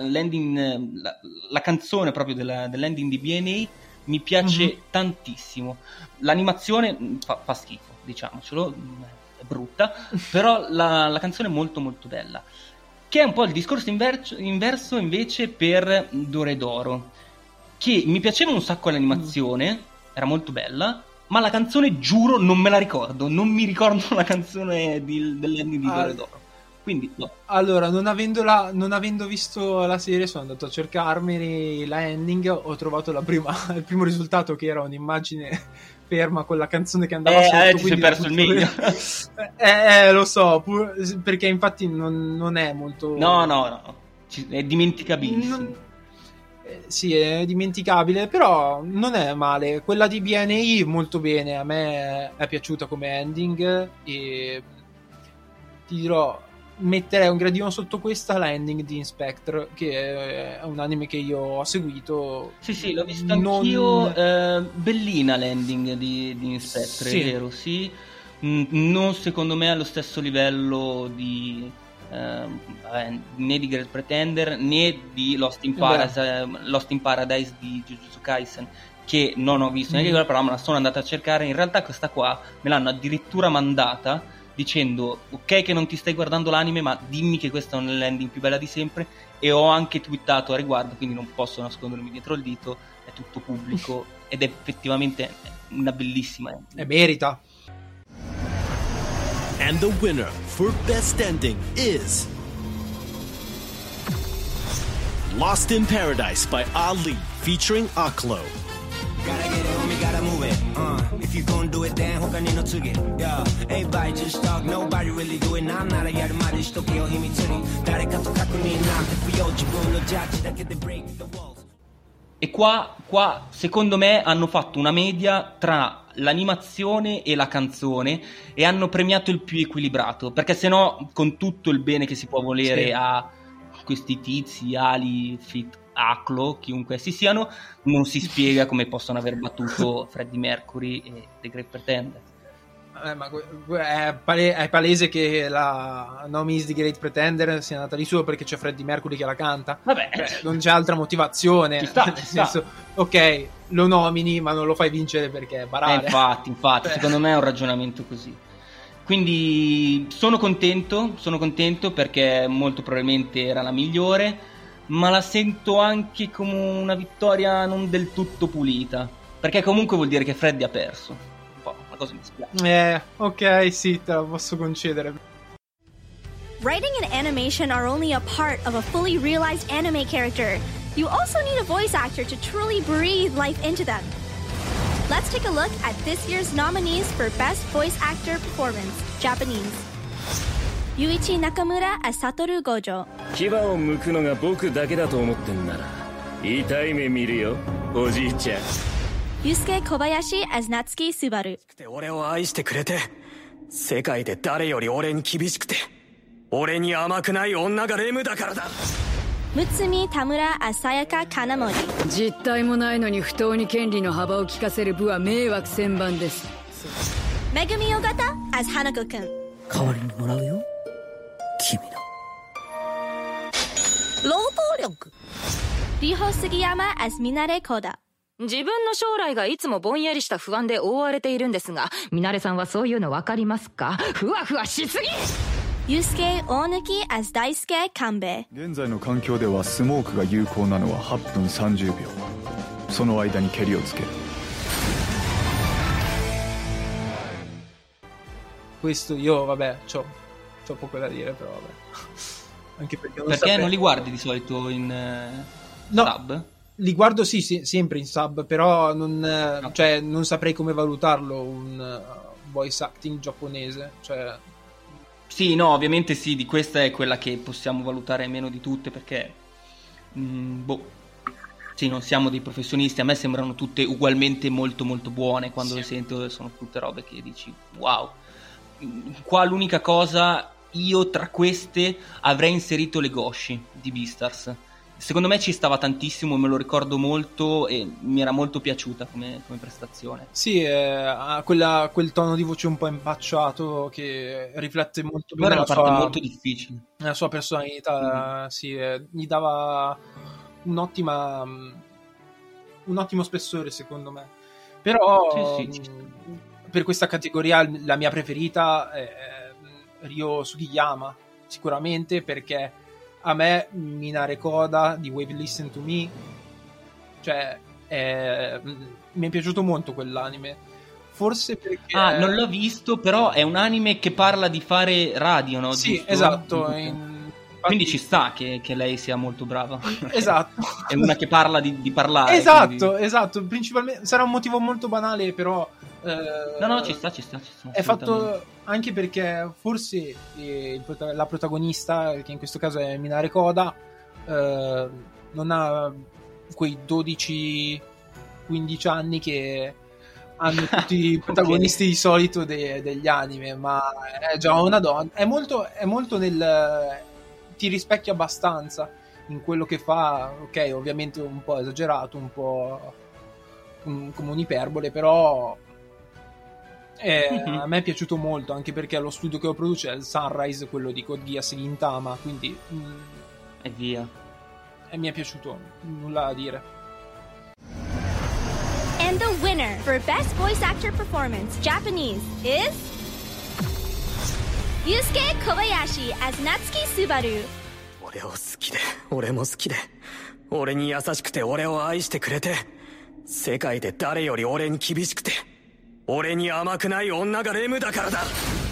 canzone proprio dell'ending di BNA mi piace tantissimo. L'animazione fa schifo, diciamocelo, è brutta, però la canzone è molto molto bella. Che è un po' il discorso inverso invece per Doredoro, che mi piaceva un sacco l'animazione, era molto bella, ma la canzone, giuro, non me la ricordo, non mi ricordo la canzone dell'ending di Doredoro. Quindi, no. Allora, non avendo visto la serie, sono andato a cercarmi la ending, ho trovato il primo risultato, che era un'immagine ferma con la canzone che andava sotto. Ti sei perso il meglio. Lo so, perché infatti non è molto... No, è dimenticabilissimo. Sì, è dimenticabile, però non è male. Quella di BNI molto bene, a me è piaciuta come ending, e ti dirò, metterei un gradino sotto questa la ending di Inspector, che è un anime che io ho seguito. Sì, l'ho visto anch'io. Bellina l'ending di Inspector, sì. È vero, sì. Non secondo me allo stesso livello di né di Great Pretender né di Lost in Paradise di Jujutsu Kaisen, che non ho visto neanche quella, però me la sono andata a cercare. In realtà questa qua me l'hanno addirittura mandata dicendo: ok che non ti stai guardando l'anime, ma dimmi che questa è l'ending più bella di sempre. E ho anche twittato a riguardo, quindi non posso nascondermi dietro il dito, è tutto pubblico ed è effettivamente una bellissima ending. E merita. And the winner for Best Ending is Lost in Paradise by Ali, featuring Aklo. Gotta get it, homie, gotta move it. If you gon' do it, then hokani no tsuge. Yeah, everybody just talk, nobody really do it. Nah, nara yarumade shitoke yo himitsuri. Dareka to kakunin nante fuyo jibun no jaji dake de break the walls. E qua secondo me hanno fatto una media tra l'animazione e la canzone e hanno premiato il più equilibrato, perché sennò, con tutto il bene che si può volere a questi tizi, Ali, Fit, Aklo, chiunque essi siano, non si spiega come possono aver battuto Freddie Mercury e The Great Pretender. Ma è palese che la Nomi di Great Pretender sia andata di suo perché c'è Freddie Mercury che la canta. Vabbè, non c'è altra motivazione. Ci sta. Nel senso, ok, lo nomini, ma non lo fai vincere perché è barare. Infatti, secondo me è un ragionamento così. Quindi sono contento perché molto probabilmente era la migliore, ma la sento anche come una vittoria non del tutto pulita, perché comunque vuol dire che Freddy ha perso. Una cosa mi spiace. Ok, sì, te la posso concedere. Writing and animation are only a part of a fully realized anime character. You also need a voice actor to truly breathe life into them. Let's take a look at this year's nominees for Best Voice Actor Performance, Japanese. Yuichi Nakamura as Satoru Gojo. 牙を剥くのが僕だけだと思ってんなら痛い目見るよおじいちゃん Yusuke Kobayashi as Natsuki Subaru. 俺を愛してくれて、世界で誰より俺に厳しくて、俺に甘くない女がレムだからだ。 Mutsumi Tamura as Sayaka Kanamori. 実体もないのに不当に権利の幅を利かせる部は迷惑千万です。 Megumi Ogata as Hanako-kun. 代わりにもらうよ、君の労働力。 Riho Sugiyama as Minare Koda. 自分の将来がいつもぼんやりした不安で覆われているんですが、ミナレさんはそういうの分かりますか？ふわふわしすぎ。 Yusuke Onuki as Daisuke Kanbei. 現在の環境ではスモークが有効なのは8分30秒。その間に蹴りをつける。 Questo io, vabbè, c'ho poco da dire, però vabbè. Anche perché non li guardi di solito in sub? Li guardo sì, sempre in sub, però cioè, non saprei come valutarlo un voice acting giapponese, cioè... Sì, no, ovviamente sì, di questa è quella che possiamo valutare meno di tutte, perché sì, non siamo dei professionisti. A me sembrano tutte ugualmente molto molto buone. Quando le sento sono tutte robe che dici wow. Qua l'unica cosa, io tra queste avrei inserito Legoshi di Beastars. Secondo me ci stava tantissimo, me lo ricordo molto e mi era molto piaciuta come prestazione. Sì, ha quel tono di voce un po' impacciato che riflette molto bene la parte molto difficile. La sua personalità, sì, gli dava un ottimo spessore, secondo me. Però sì. Per questa categoria la mia preferita è Ryo Sugiyama, sicuramente, perché a me Minare Koda di Wave Listen to Me, cioè mi è piaciuto molto quell'anime, forse perché non l'ho visto, però è un anime che parla di fare radio, no? Sì, giusto? Esatto. Quindi ci sta che lei sia molto brava. Esatto. È una che parla di parlare. Esatto, principalmente sarà un motivo molto banale, però no, ci sta. È fatto anche perché forse la protagonista, che in questo caso è Minare Koda, non ha quei 12-15 anni che hanno tutti i protagonisti di solito degli anime, ma è già una donna. È molto ti rispecchia abbastanza in quello che fa. Ok, ovviamente un po' esagerato, un po' come un'iperbole, però a me è piaciuto molto, anche perché lo studio che lo produce è il Sunrise, quello di Code Geass Gintama, quindi e via. E mi è piaciuto, nulla da dire. And the winner for Best Voice Actor Performance Japanese is Yusuke Kobayashi as Natsuki Subaru. 俺を好きで、俺も好きで、俺に優しくて俺を愛してくれて、世界で誰より俺に厳しくて、俺に甘くない女がレムだからだ。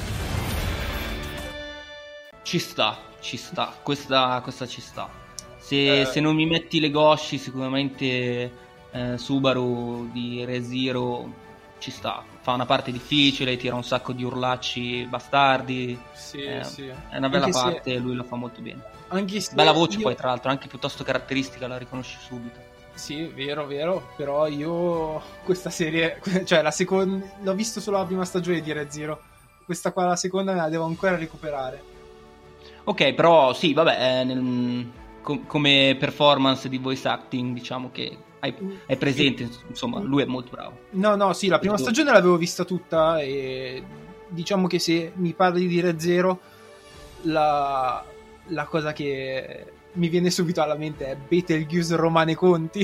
Ci sta. Questa ci sta. Se non mi metti Legoshi, sicuramente Subaru di Re:Zero ci sta. Fa una parte difficile, tira un sacco di urlacci bastardi. Sì. È una bella parte, lui lo fa molto bene. Anche se bella voce poi, tra l'altro, anche piuttosto caratteristica, la riconosci subito. Sì, vero, però io questa serie, cioè la seconda, l'ho visto solo la prima stagione di Re:Zero. Questa qua, la seconda, me la devo ancora recuperare. Ok, però sì, vabbè, come performance di voice acting, diciamo che è presente, insomma, lui è molto bravo. No, sì, la prima stagione l'avevo vista tutta e diciamo che se mi parli di Re:Zero, la cosa che mi viene subito alla mente è Betelgeuse Romane Conti.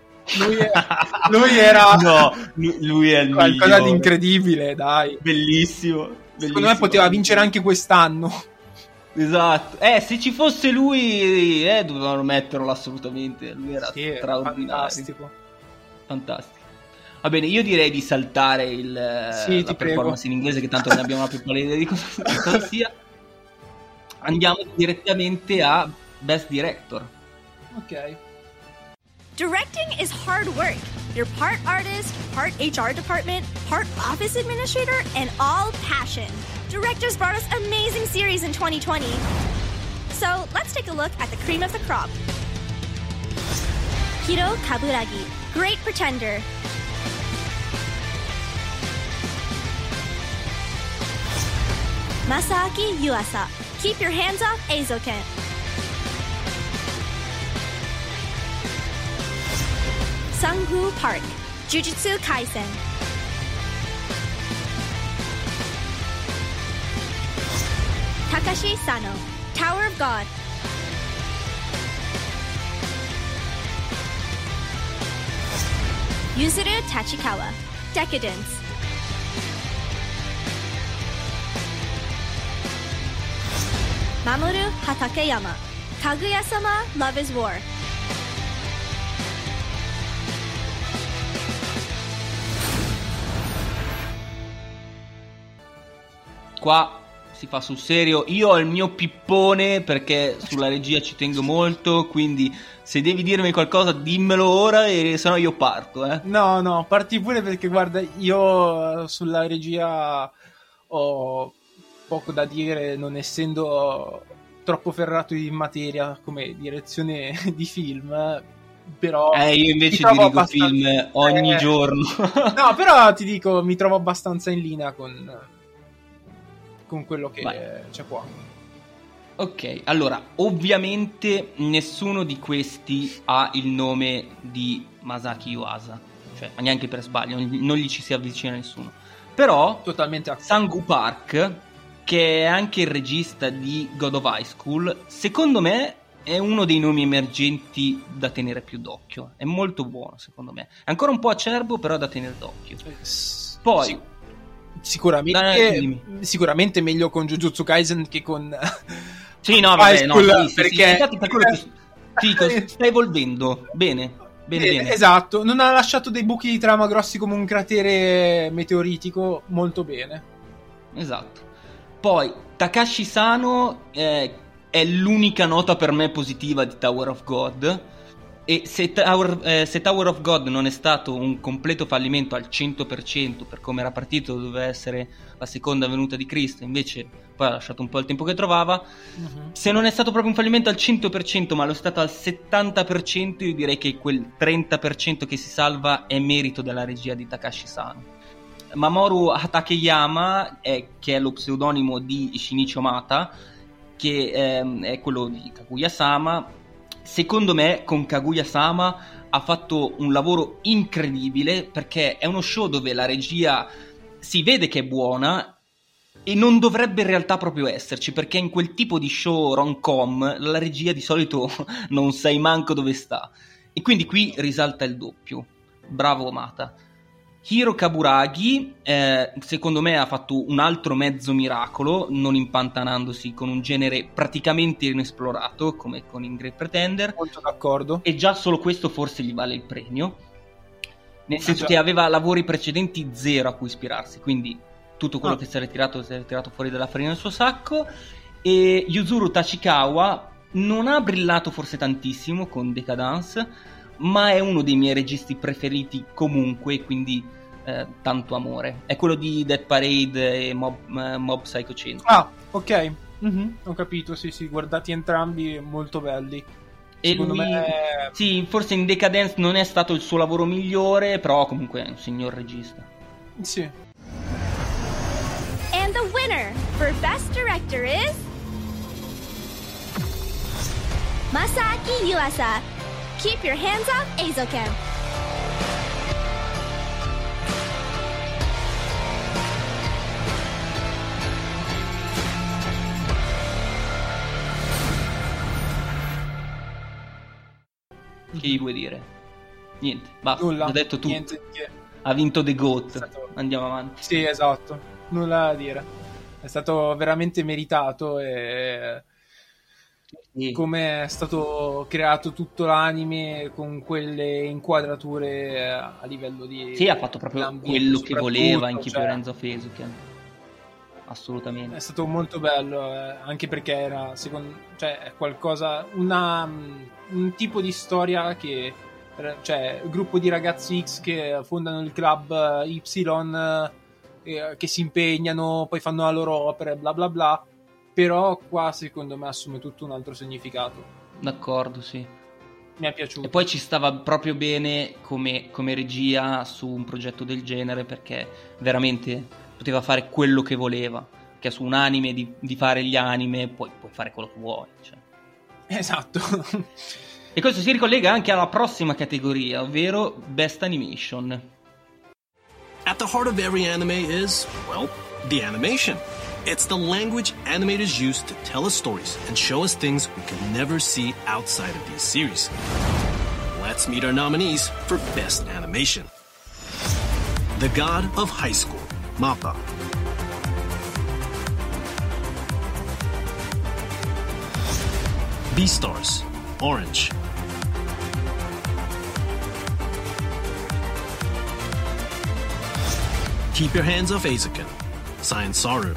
lui era lui è il qualcosa migliore. Di incredibile, dai, bellissimo. Secondo me poteva vincere anche quest'anno. Esatto, se ci fosse lui dovevano metterlo assolutamente. Lui era straordinario, fantastico. Va bene, io direi di saltare la performance in inglese, che tanto non abbiamo la più pallida idea di cosa sia. Andiamo direttamente a Best Director. Ok. Directing is hard work. You're part artist, part HR department, part office administrator, and all passion. Directors brought us amazing series in 2020. So let's take a look at the cream of the crop. Hiro Kaburagi, Great Pretender. Masaaki Yuasa, Keep Your Hands Off Eizouken. Sung-Woo Park, Jujutsu Kaisen. Takashi Sano, Tower of God. Yuzuru Tachikawa, Decadence. Mamoru Hatakeyama, Kaguya-sama, Love is War. Qua si fa sul serio. Io ho il mio pippone perché sulla regia ci tengo molto, quindi se devi dirmi qualcosa dimmelo ora e sennò io parto, No, parti pure perché guarda, io sulla regia ho poco da dire, non essendo troppo ferrato in materia come direzione di film, però io invece dirigo film ogni giorno. No, però ti dico, mi trovo abbastanza in linea con quello che c'è qua. Ok, allora, ovviamente nessuno di questi ha il nome di Masaaki Yuasa, cioè, ma neanche per sbaglio, non gli ci si avvicina nessuno. Però totalmente Sung-Woo Park, che è anche il regista di God of High School, secondo me è uno dei nomi emergenti da tenere più d'occhio. È molto buono, secondo me. È ancora un po' acerbo, però è da tenere d'occhio. Poi sicuramente meglio con Jujutsu Kaisen che con sì, no, vabbè, no, sì, perché infatti per quello che sta evolvendo bene. Esatto, non ha lasciato dei buchi di trama grossi come un cratere meteoritico, molto bene. Esatto. Poi Takashi Sano è l'unica nota per me positiva di Tower of God. E se Tower of God non è stato un completo fallimento al 100% per come era partito, doveva essere la seconda venuta di Cristo, invece poi ha lasciato un po' il tempo che trovava. Se non è stato proprio un fallimento al 100%, ma lo è stato al 70%, io direi che quel 30% che si salva è merito della regia di Takashi Sano. Mamoru Hatakeyama, che è lo pseudonimo di Shinichi Mata, che è quello di Kaguya-sama. Secondo me con Kaguya-sama ha fatto un lavoro incredibile, perché è uno show dove la regia si vede che è buona e non dovrebbe in realtà proprio esserci, perché in quel tipo di show rom-com la regia di solito non sai manco dove sta, e quindi qui risalta il doppio. Bravo Mata. Hiro Kaburagi secondo me ha fatto un altro mezzo miracolo, non impantanandosi con un genere praticamente inesplorato come con In Great Pretender. Molto d'accordo. E già solo questo forse gli vale il premio, nel senso che aveva lavori precedenti zero a cui ispirarsi, quindi tutto quello che si è ritirato fuori dalla farina del suo sacco. E Yuzuru Tachikawa non ha brillato forse tantissimo con Decadence, ma è uno dei miei registi preferiti comunque, quindi tanto amore. È quello di Death Parade e Mob Psycho 100. Ah, ok. Ho capito, sì, guardati entrambi, molto belli. E secondo lui, me... sì, forse in Decadence non è stato il suo lavoro migliore, però comunque è un signor regista. Sì. And the winner for Best Director is Masaaki Yuasa, Keep Your Hands Off Eizouken. Che gli vuoi dire? Niente, basta, Nulla, ho detto tutto. Niente. Ha vinto The GOAT. Andiamo avanti. Sì, esatto, nulla da dire. È stato veramente meritato, e come è stato creato tutto l'anime con quelle inquadrature a livello di... Sì, ha fatto proprio quello che voleva in Keep Your Hands Off Eizouken. Assolutamente. È stato molto bello, anche perché era, è qualcosa, un tipo di storia che, cioè, il gruppo di ragazzi X che fondano il club Y, che si impegnano, poi fanno la loro opera, bla bla bla, però qua secondo me assume tutto un altro significato. D'accordo, sì. Mi è piaciuto. E poi ci stava proprio bene come regia su un progetto del genere, perché veramente poteva fare quello che voleva. che è su un anime di fare gli anime, puoi fare quello che vuoi, cioè. Esatto. E questo si ricollega anche alla prossima categoria, ovvero Best Animation. At the heart of every anime is, well, the animation. It's the language animators use to tell us stories and show us things we could never see outside of these series. Let's meet our nominees for Best Animation. The God of High School, MAPPA. Beastars, Orange. Keep Your Hands Off Eizouken, Science Saru.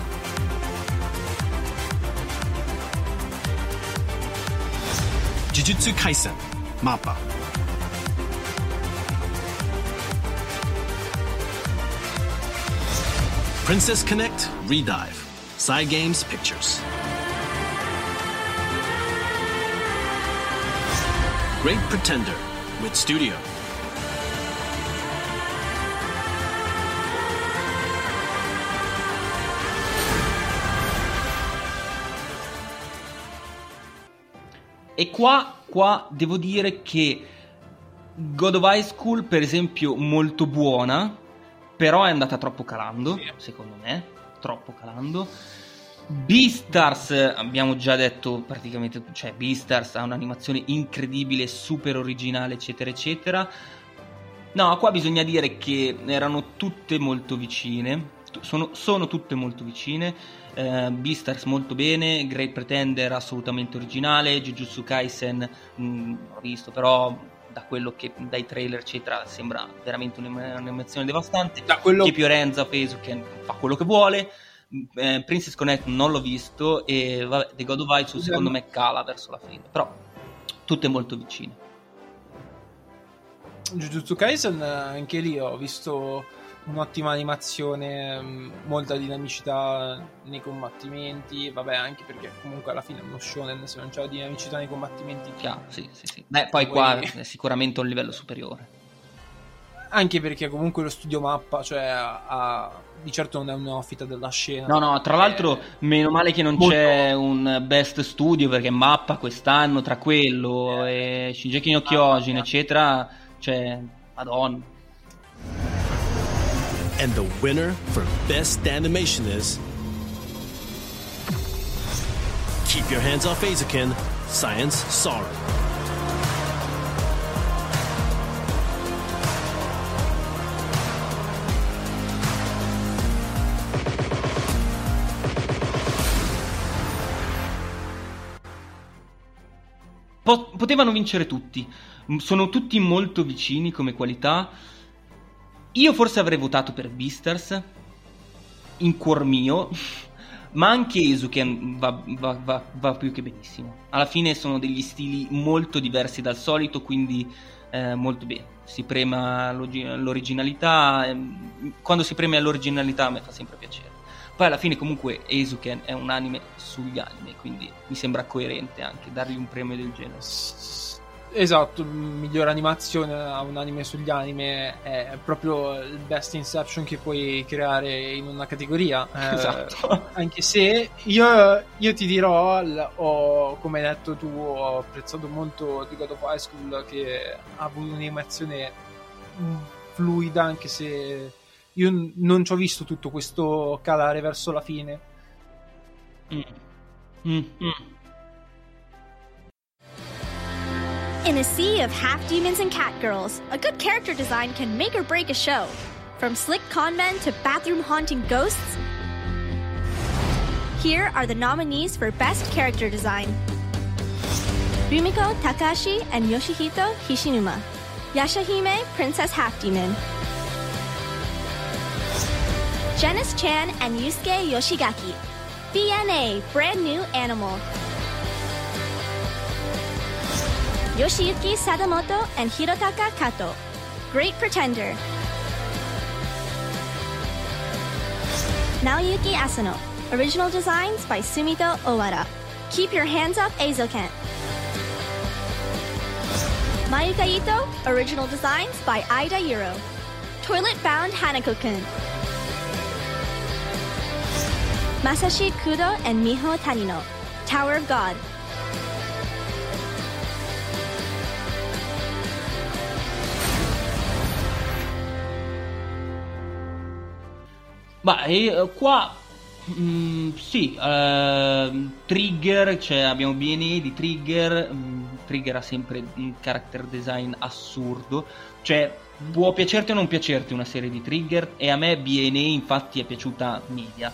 Jujutsu Kaisen, MAPPA. Princess Connect, Redive, Cygames Pictures. Great Pretender, with Studio. E qua devo dire che God of High School, per esempio, molto buona, però è andata troppo calando, secondo me, troppo calando. Beastars, abbiamo già detto praticamente, cioè Beastars ha un'animazione incredibile, super originale, eccetera, eccetera. No, qua bisogna dire che erano tutte molto vicine, sono tutte molto vicine. Beastars molto bene, Great Pretender assolutamente originale, Jujutsu Kaisen non l'ho visto, però da quello che dai trailer eccetera sembra veramente un'animazione devastante. Keep Your Hands Off Eizouken fa quello che vuole. Princess Connect non l'ho visto, e vabbè, The God of High School secondo me cala verso la fine, però tutte molto vicine. Jujutsu Kaisen, anche lì ho visto un'ottima animazione, molta dinamicità nei combattimenti, vabbè, anche perché comunque alla fine è uno shonen, se non c'è la dinamicità nei combattimenti sì. Beh, poi qua è sicuramente un livello superiore, anche perché comunque lo studio Mappa, cioè di certo non è un neofita della scena. No, tra l'altro meno male che non c'è un best studio, perché Mappa quest'anno tra quello e Shingeki no Kyojin eccetera, cioè madonna. And the winner for Best Animation is Keep Your Hands Off Eizouken, Science Saru. Potevano vincere tutti, sono tutti molto vicini come qualità. Io forse avrei votato per Beastars in cuor mio, ma anche Eizouken va più che benissimo. Alla fine sono degli stili molto diversi dal solito, quindi molto bene. Si prema l'originalità, quando si premia l'originalità a me fa sempre piacere. Poi alla fine comunque Eizouken è un anime sugli anime, quindi mi sembra coerente anche dargli un premio del genere. Esatto, miglior animazione a un anime sugli anime è proprio il best inception che puoi creare in una categoria. Esatto. Anche se io ti dirò, come hai detto tu, ho apprezzato molto The God of High School, che ha avuto un'animazione fluida, anche se io non ci ho visto tutto questo calare verso la fine. In a sea of half-demons and catgirls, a good character design can make or break a show. From slick con men to bathroom-haunting ghosts, here are the nominees for Best Character Design. Rumiko Takahashi and Yoshihito Hishinuma. Yashahime, Princess Half-Demon. Janice Chan and Yusuke Yoshigaki. BNA, Brand New Animal. Yoshiyuki Sadamoto and Hirotaka Kato. Great Pretender. Naoyuki Asano. Original designs by Sumito Owara. Keep Your Hands Off Eizouken. Mayuka Ito. Original designs by Aida Yuro. Toilet Bound Hanako-kun. Masashi Kudo and Miho Tanino, Tower of God. Qua sì, Trigger, cioè abbiamo BNA di Trigger. Trigger ha sempre un character design assurdo, cioè può piacerti o non piacerti una serie di Trigger, e a me BNA infatti è piaciuta media,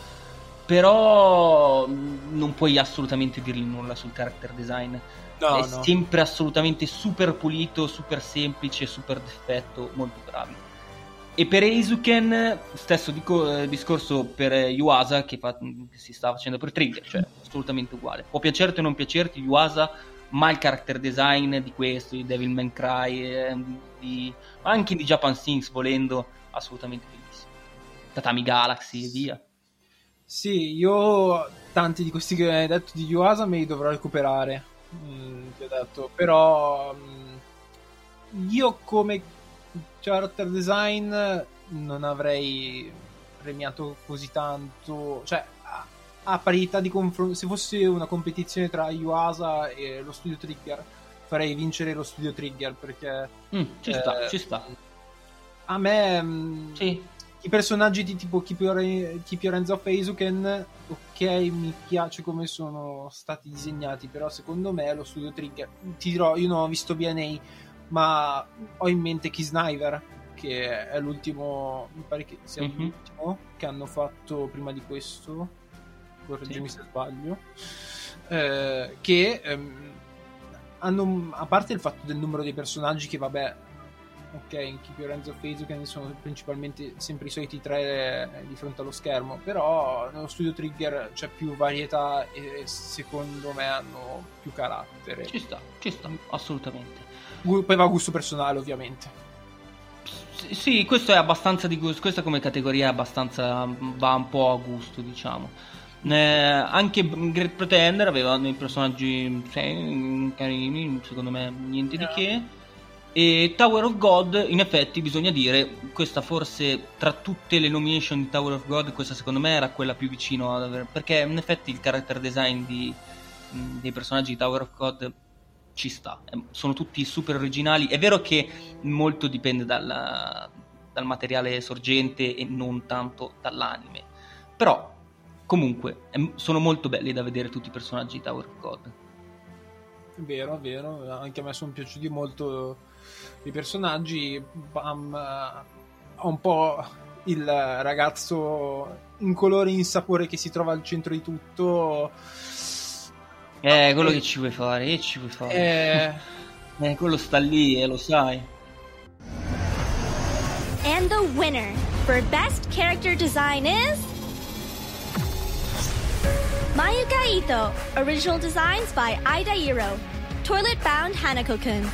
però non puoi assolutamente dirgli nulla sul character design. È sempre assolutamente super pulito, super semplice, super perfetto, molto bravi. E per Eizouken stesso discorso per Yuasa che si sta facendo per Trigger, cioè assolutamente uguale. Può piacerti o non piacerti Yuasa, ma il character design di questo, di Devil May Cry, anche di Japan Sings volendo, assolutamente bellissimo. Tatami Galaxy e via. Sì, io tanti di questi che hai detto di Yuasa me li dovrò recuperare, ti ho detto, però io come character design non avrei premiato così tanto, cioè a parità di confronto. Se fosse una competizione tra Yuasa e lo studio Trigger, farei vincere lo studio Trigger, perché ci sta. A me sì. I personaggi di tipo Keep Your Hands Off Eizouken, ok, mi piace come sono stati disegnati, però secondo me lo studio Trigger, ti dirò, io non ho visto BNA, ma ho in mente Kisniver, che è l'ultimo, mi pare che sia l'ultimo che hanno fatto prima di questo, correggimi se sbaglio, che hanno, a parte il fatto del numero dei personaggi, che vabbè, ok, in Keep Your Hands Off Eizouken sono principalmente sempre i soliti 3 di fronte allo schermo, però nello studio Trigger c'è più varietà e secondo me hanno più carattere. Ci sta, assolutamente. Poi va a gusto personale, ovviamente. Sì, questo è abbastanza di gusto, questa come categoria è abbastanza, va un po' a gusto, diciamo. Anche Great Pretender aveva dei personaggi carini, secondo me niente di che. E Tower of God, in effetti bisogna dire, questa forse tra tutte le nomination di Tower of God, questa secondo me era quella più vicino ad avere, perché in effetti il character design dei personaggi di Tower of God ci sta, sono tutti super originali. È vero che molto dipende dal materiale sorgente e non tanto dall'anime, però comunque sono molto belli da vedere tutti i personaggi di Tower of God. Vero, anche a me sono piaciuti molto i personaggi. Bam ha un po' il ragazzo incolore, insapore che si trova al centro di tutto. Quello che ci vuoi fare, quello sta lì, lo sai. And the winner for Best Character Design is Mayuka Ito, original designs by Aida Iro, Toilet Bound Hanako-kun.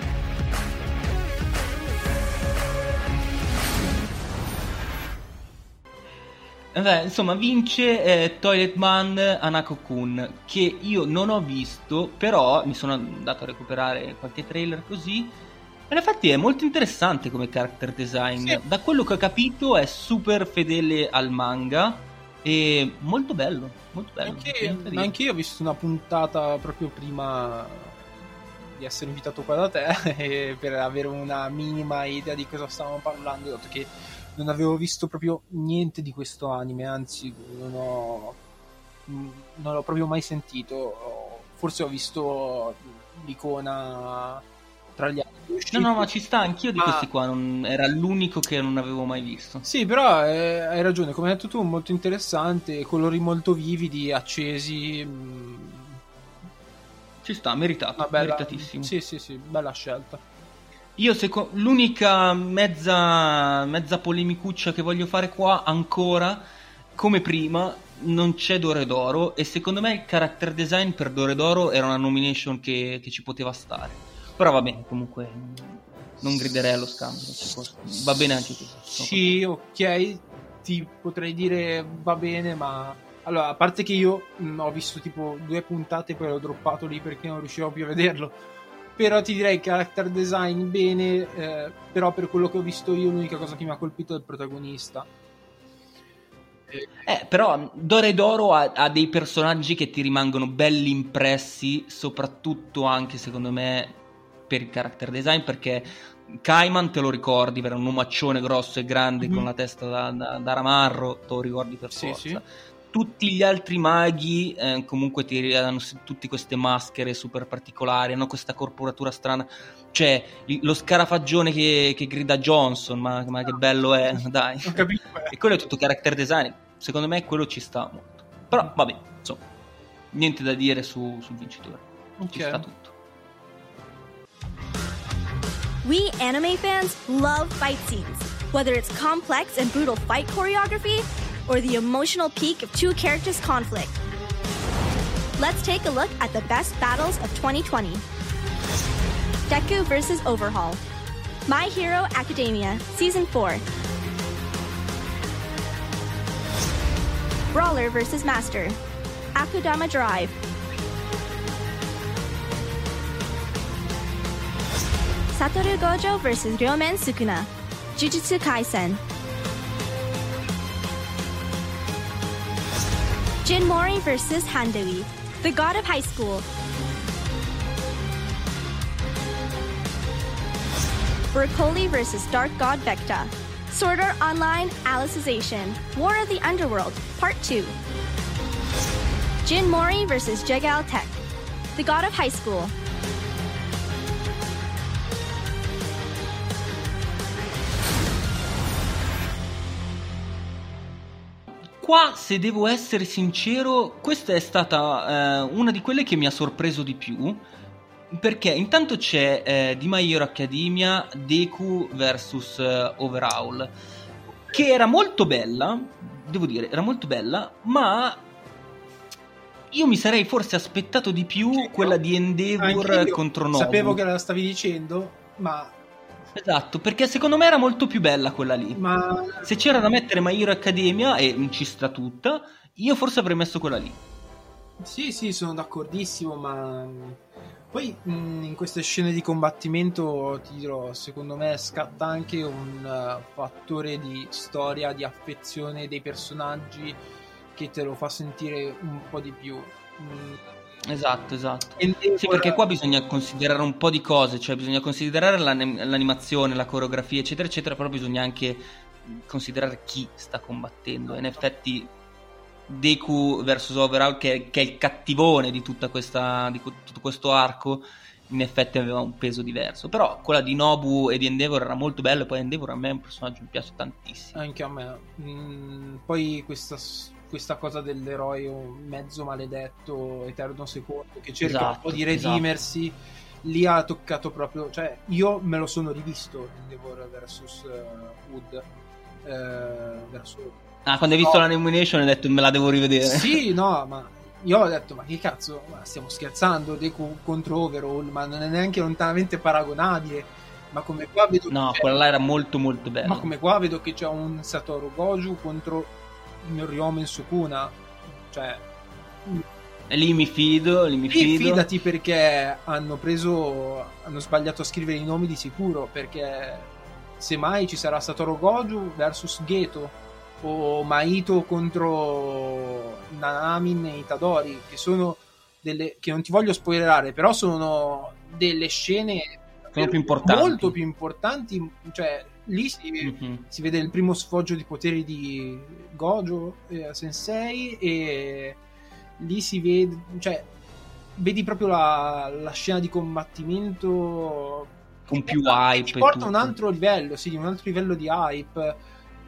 Insomma, vince Toilet Bound Hanako-kun, che io non ho visto, però mi sono andato a recuperare qualche trailer così. In effetti è molto interessante come character design. Sì. Da quello che ho capito è super fedele al manga e molto bello, molto bello. Anche io ho visto una puntata proprio prima di essere invitato qua da te per avere una minima idea di cosa stavamo parlando, dato che non avevo visto proprio niente di questo anime, anzi non l'ho proprio mai sentito. Forse ho visto l'icona tra gli altri. No, ma ci sta, anch'io di questi qua era l'unico che non avevo mai visto. Sì, però hai ragione, come hai detto tu, molto interessante, colori molto vividi, accesi. Ci sta, meritato, meritatissimo. Sì, bella scelta. Io l'unica mezza polemicuccia che voglio fare qua ancora, come prima, non c'è Doredoro, e secondo me il character design per Doredoro era una nomination che ci poteva stare. Però va bene, comunque non griderei allo scambio, va bene anche questo. Sì, ok, ti potrei dire va bene, ma allora, a parte che io ho visto tipo 2 puntate e poi l'ho droppato lì perché non riuscivo più a vederlo. Però ti direi character design bene, però per quello che ho visto io l'unica cosa che mi ha colpito è il protagonista. Però Doredoro ha dei personaggi che ti rimangono belli impressi, soprattutto anche secondo me per il character design, perché Kaiman te lo ricordi, era un omaccione grosso e grande con la testa da ramarro, te lo ricordi per forza. Sì. Tutti gli altri maghi comunque ti hanno tutte queste maschere super particolari, hanno questa corporatura strana. C'è lo scarafaggione che grida Johnson, ma che bello è, dai. E quello è tutto character design. Secondo me quello ci sta molto. Però vabbè, insomma, niente da dire sul vincitore. Ci sta tutto. We anime fans love fight scenes, whether it's complex and brutal fight choreography or the emotional peak of two characters' conflict. Let's take a look at the best battles of 2020. Deku vs. Overhaul. My Hero Academia, Season 4. Brawler vs. Master. Akudama Drive. Satoru Gojo vs. Ryomen Sukuna. Jujutsu Kaisen. Jin Mori vs. Handui. The God of High School. Broccoli vs. Dark God Vecta. Sword Art Online Alicization. War of the Underworld, Part 2. Jin Mori vs. Jegal Tech. The God of High School. Qua, se devo essere sincero, questa è stata una di quelle che mi ha sorpreso di più, perché intanto c'è di My Hero Academia Deku vs. Overhaul, che era molto bella, devo dire, era molto bella, ma io mi sarei forse aspettato di più quella di Endeavor contro Nobu. Sapevo che la stavi dicendo, ma... Esatto, perché secondo me era molto più bella quella lì. Ma se c'era da mettere My Hero Academia, e ci sta tutta, io forse avrei messo quella lì. Sì, sono d'accordissimo, ma poi in queste scene di combattimento, ti dirò, secondo me scatta anche un fattore di storia, di affezione dei personaggi che te lo fa sentire un po' di più. Esatto. Sì, perché qua bisogna considerare un po' di cose, cioè bisogna considerare l'animazione, la coreografia, eccetera, eccetera, però bisogna anche considerare chi sta combattendo. In effetti Deku vs. Overhaul, che è il cattivone di tutto questo arco, in effetti aveva un peso diverso. Però quella di Nobu e di Endeavor era molto bella, e poi Endeavor a me è un personaggio che mi piace tantissimo. Anche a me. Poi questa cosa dell'eroe mezzo maledetto, eterno secondo, che cerca un po' di redimersi, lì ha toccato proprio, cioè io me lo sono rivisto Endeavor vs. Wood quando hai visto la nomination hai detto me la devo rivedere. Sì, no, ma io ho detto ma che cazzo, ma stiamo scherzando, Deku contro Overhaul, ma non è neanche lontanamente paragonabile. Ma come qua vedo quella là era molto molto bella. Ma come qua vedo che c'è un Satoru Gojo contro Ryomen Sukuna, cioè lì mi fido. Fidati, perché hanno sbagliato a scrivere i nomi di sicuro, perché semmai ci sarà Satoru Gojo versus Geto o Maito contro Nanamin e Itadori, che sono delle che non ti voglio spoilerare, però sono delle scene più importanti, molto più importanti, cioè lì si vede il primo sfoggio di poteri di Gojo Sensei, e lì si vede, cioè vedi proprio la scena di combattimento con più hype, ti porta a un altro livello, un altro livello di hype.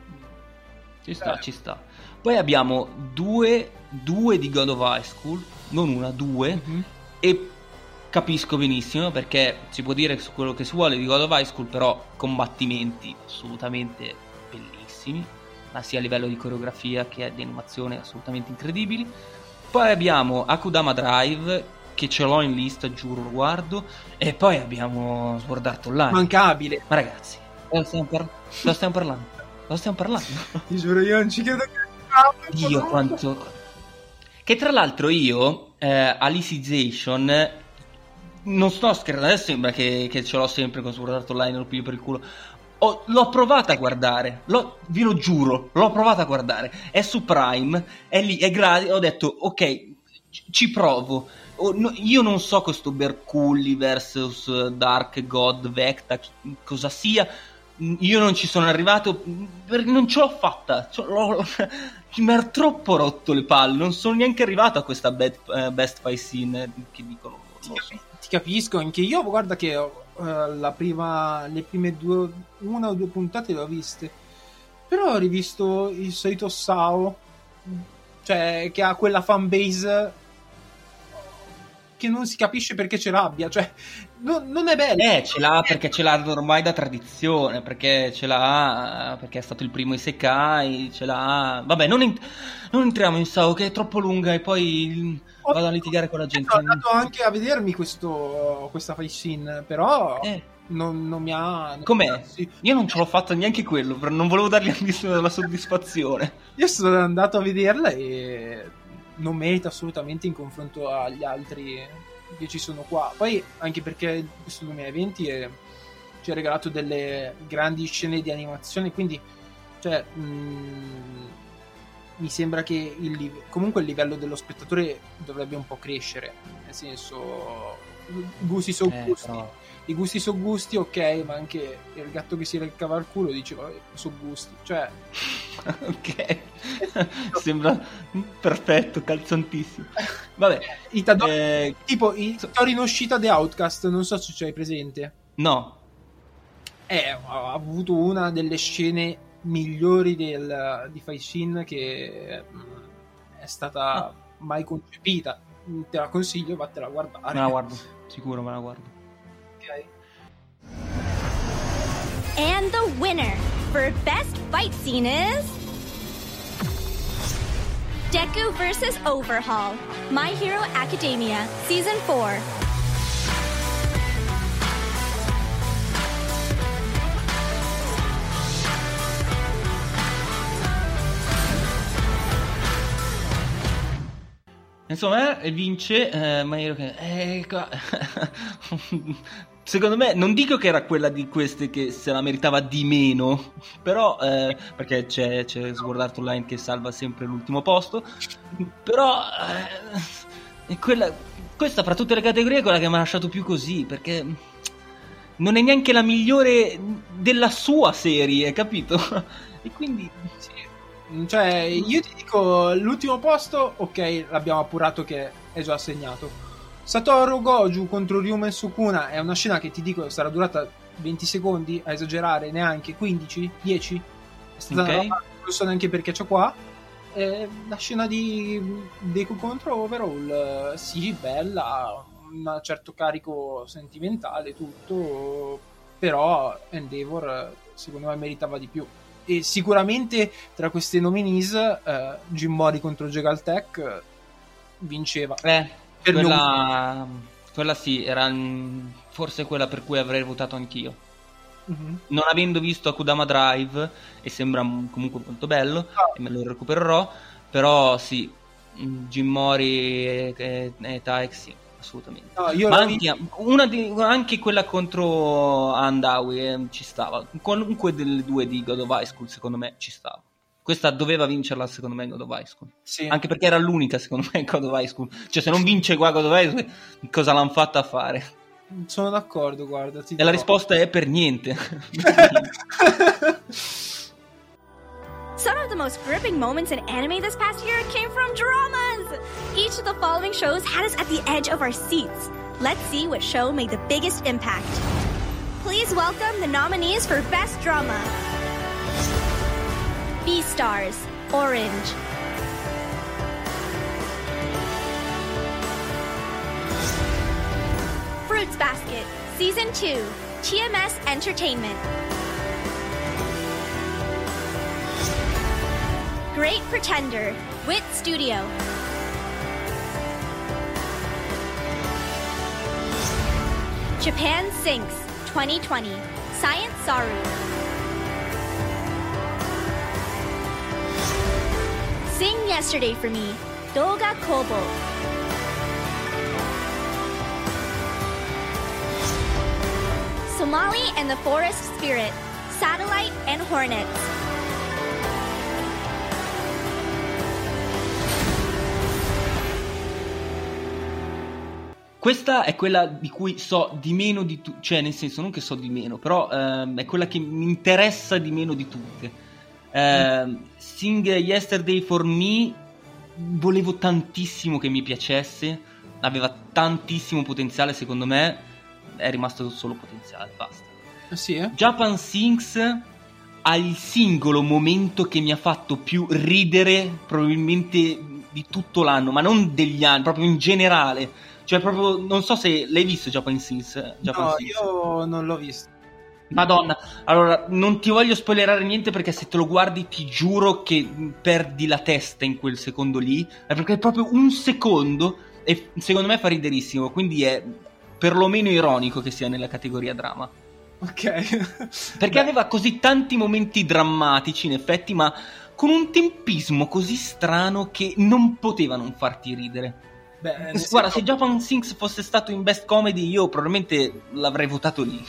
Ci sta. Poi abbiamo due di God of High School, non una, due, e capisco benissimo, perché si può dire su quello che si vuole di God of High School, però combattimenti assolutamente bellissimi, ma sia a livello di coreografia che di animazione assolutamente incredibili. Poi abbiamo Akudama Drive, che ce l'ho in lista, giuro, lo guardo, e poi abbiamo Sword Art Online. Mancabile. Ma ragazzi, lo stiamo parlando. Ti giuro, io non ci credo che Dio quanto. Che tra l'altro io Alicization non sto scherzando, adesso sembra che ce l'ho sempre con Sword Art Online, lo piglio per il culo, L'ho provata a guardare, vi lo giuro, l'ho provata a guardare. È su Prime, è lì, è gratis. Ho detto, ok, ci provo. Io non so questo Berculli versus Dark God Vecta cosa sia. Io non ci sono arrivato perché non ce l'ho fatta. Mi ha troppo rotto le palle. Non sono neanche arrivato a questa best fight scene che dicono. Ti capisco, anche io. Guarda che le prime una o due puntate le ho viste, però ho rivisto il solito Sao, cioè che ha quella fanbase che non si capisce perché ce l'abbia, cioè non è bello. Ce l'ha perché ce l'ha ormai da tradizione, perché ce l'ha perché è stato il primo Isekai, ce l'ha. Vabbè, non entriamo in Sao che è troppo lunga e poi vado a litigare con la gente. Sono andato anche a vedermi questa fight scene, però non mi ha. Com'è? Sì. Io non ce l'ho fatto neanche quello, non volevo dargli la soddisfazione. Io sono andato a vederla e non merita assolutamente in confronto agli altri che ci sono qua. Poi anche perché questo 2020 ci ha regalato delle grandi scene di animazione, quindi cioè mi sembra che comunque il livello dello spettatore dovrebbe un po' crescere, nel senso gusti sono gusti, però. I gusti sono gusti, ok, ma anche il gatto che si recava il culo dice vabbè, sono gusti, cioè ok. Sembra perfetto, calzantissimo. Vabbè, tipo i Tori no Shita The Outcast, non so se ci hai presente. No. Ha avuto una delle scene migliori di fight scene che è stata mai concepita. Te la consiglio, vattela a guardare. Me la guardo, sicuro me la guardo. Okay. And the winner for best fight scene is Deku vs. Overhaul, My Hero Academia, Season 4. Insomma, vince My Hero secondo me, non dico che era quella di queste che se la meritava di meno, però perché c'è Sword Art Online che salva sempre l'ultimo posto, però questa fra tutte le categorie è quella che mi ha lasciato più così, perché non è neanche la migliore della sua serie, capito? E quindi sì. Cioè, io ti dico, l'ultimo posto, ok, l'abbiamo appurato che è già assegnato. Satoru Goju contro Ryumen Sukuna è una scena che ti dico sarà durata 20 secondi, a esagerare, neanche 15, 10. È stata una roba, non so neanche perché c'è qua. La scena di Deku contro Overhaul, sì, bella, un certo carico sentimentale, tutto, però Endeavor secondo me meritava di più. E sicuramente tra queste nominees Jim Mori contro Jegaltech vinceva. Quella sì, era forse quella per cui avrei votato anch'io. Mm-hmm. Non avendo visto Akudama Drive, e sembra comunque molto bello, e me lo recupererò, però sì, Jim Mori e Taek sì, assolutamente. No, ma anche quella contro Handawi ci stava. Qualunque delle due di God of High School secondo me ci stava. Questa doveva vincerla secondo me God of High School, sì. Anche perché era l'unica secondo me God of High School. Cioè se non vince qua God of High School, cosa l'hanno fatta a fare? Sono d'accordo, guarda, e la risposta è per niente. Some of the most gripping moments in anime this past year came from dramas! Each of the following shows had us at the edge of our seats. Let's see what show made the biggest impact. Please welcome the nominees for Best Drama. Beastars, Orange. Fruits Basket, Season 2, TMS Entertainment. Great Pretender, Wit Studio. Japan Sinks 2020, Science Saru. Sing Yesterday for Me, Doga Kobo. Somali and the Forest Spirit, and Hornets. Questa è quella di cui so di meno di tutte, cioè nel senso non che so di meno, però è quella che mi interessa di meno di tutte. Sing Yesterday for Me volevo tantissimo che mi piacesse, aveva tantissimo potenziale, secondo me è rimasto solo potenziale, basta. Sì, Japan Sings ha il singolo momento che mi ha fatto più ridere probabilmente di tutto l'anno, ma non degli anni, proprio in generale. Cioè proprio, non so se l'hai visto Japan Sings. No, io non l'ho visto. Madonna, allora non ti voglio spoilerare niente perché se te lo guardi ti giuro che perdi la testa in quel secondo lì, perché è proprio un secondo e secondo me fa riderissimo, quindi è perlomeno ironico che sia nella categoria drama. Ok. Perché aveva così tanti momenti drammatici in effetti, ma con un tempismo così strano che non poteva non farti ridere. Beh, guarda, se Japan Sings fosse stato in Best Comedy io probabilmente l'avrei votato lì.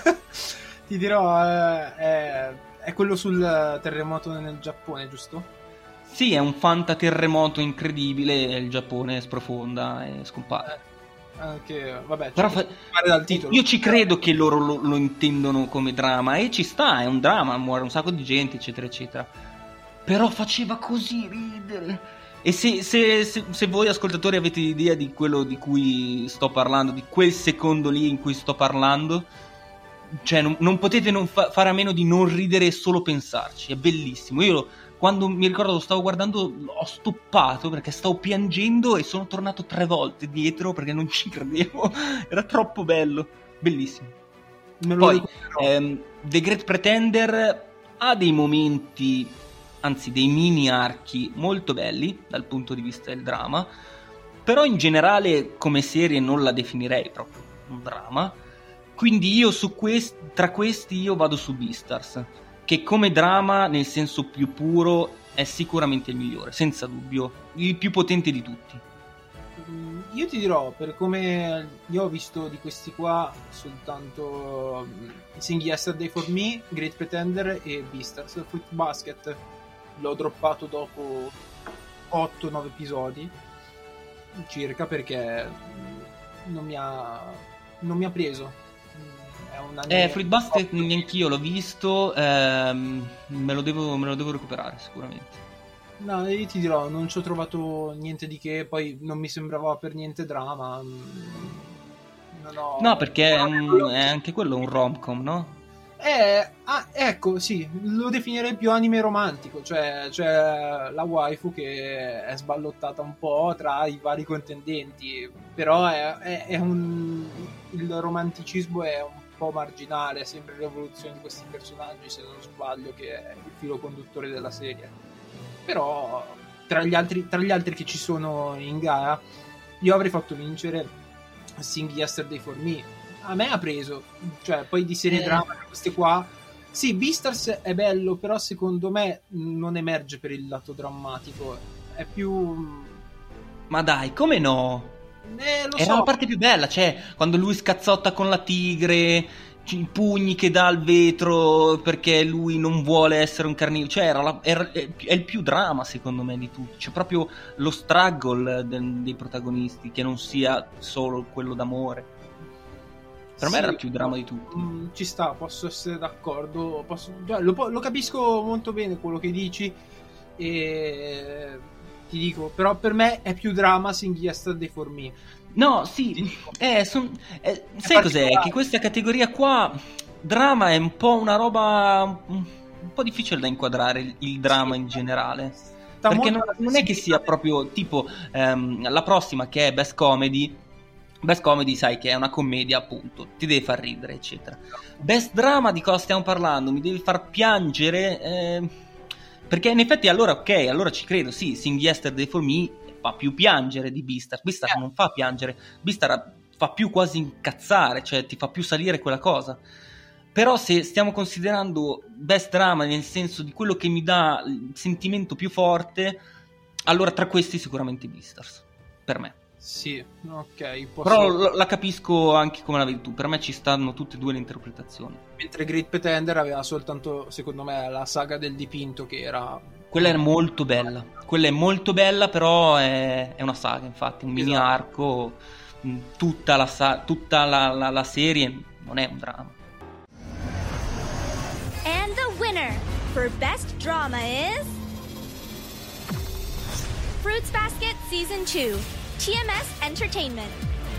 Ti dirò, è quello sul terremoto nel Giappone, giusto? Sì, è un fantaterremoto incredibile, il Giappone sprofonda e scompare. Anche, vabbè, però dal titolo. Io ci credo che loro lo intendono come dramma e ci sta, è un dramma, muore un sacco di gente, eccetera, eccetera. Però faceva così ridere. E se voi ascoltatori avete idea di quello di cui sto parlando, di quel secondo lì in cui sto parlando, cioè non potete non fare a meno di non ridere e solo pensarci, è bellissimo. Io quando mi ricordo lo stavo guardando ho stoppato perché stavo piangendo e sono tornato 3 volte dietro perché non ci credevo, era troppo bello, bellissimo. Poi The Great Pretender ha dei momenti, anzi dei mini archi molto belli dal punto di vista del dramma, però in generale come serie non la definirei proprio un dramma, quindi io tra questi io vado su Beastars, che come dramma nel senso più puro è sicuramente il migliore, senza dubbio, il più potente di tutti. Io ti dirò, per come io ho visto di questi qua soltanto Sing Yesterday for Me, Great Pretender e Beastars. Fruit Basket l'ho droppato dopo 8-9 episodi circa perché non mi ha preso. Fruit Basket neanch'io l'ho visto, me lo devo recuperare sicuramente. No, io ti dirò, non ci ho trovato niente di che, poi non mi sembrava per niente drama. No, perché è anche quello un rom-com, no? Ecco, sì, lo definirei più anime romantico, cioè c'è la waifu che è sballottata un po' tra i vari contendenti, però il romanticismo è un po' marginale, è sempre l'evoluzione di questi personaggi, se non sbaglio, che è il filo conduttore della serie. Però tra gli altri che ci sono in gara io avrei fatto vincere Sing Yesterday for Me. A me ha preso, cioè poi di serie drama queste qua sì, Beastars è bello, però secondo me non emerge per il lato drammatico, è più... Ma dai, come no? Era la parte più bella, cioè quando lui scazzotta con la tigre, i pugni che dà al vetro perché lui non vuole essere un carnivoro, cioè è il più dramma secondo me di tutti, c'è proprio lo struggle dei protagonisti, che non sia solo quello d'amore. Per me era il più dramma di tutti. Ci sta, posso essere d'accordo, lo capisco molto bene quello che dici e ti dico, però per me è più dramma Sing Yesterday for Me. No, sì, sai cos'è? Che questa categoria qua, drama, è un po' una roba un po' difficile da inquadrare, il dramma in generale. Perché non è che sia proprio tipo la prossima che è Best Comedy. Best Comedy sai che è una commedia, appunto, ti deve far ridere, eccetera. Best Drama, di cosa stiamo parlando? Mi devi far piangere? Perché in effetti allora ci credo, sì, Sing Yesterday for Me fa più piangere di Beastars. Beastars non fa piangere, Beastars fa più quasi incazzare, cioè ti fa più salire quella cosa. Però se stiamo considerando Best Drama nel senso di quello che mi dà il sentimento più forte, allora tra questi sicuramente Beastars, per me. Sì, ok. Però la capisco anche come la vedi tu. Per me ci stanno tutte e due le interpretazioni. Mentre Great Pretender aveva soltanto, secondo me, la saga del dipinto, che era... Quella è molto bella. Quella è molto bella, però è una saga, infatti, un mini arco. Tutta la serie non è un dramma. And the winner for Best Drama is... Fruits Basket Season 2, TMS Entertainment.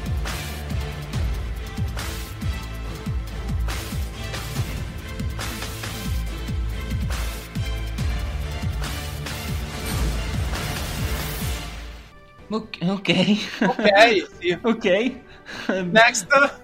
Ok, sì. Ok. Next.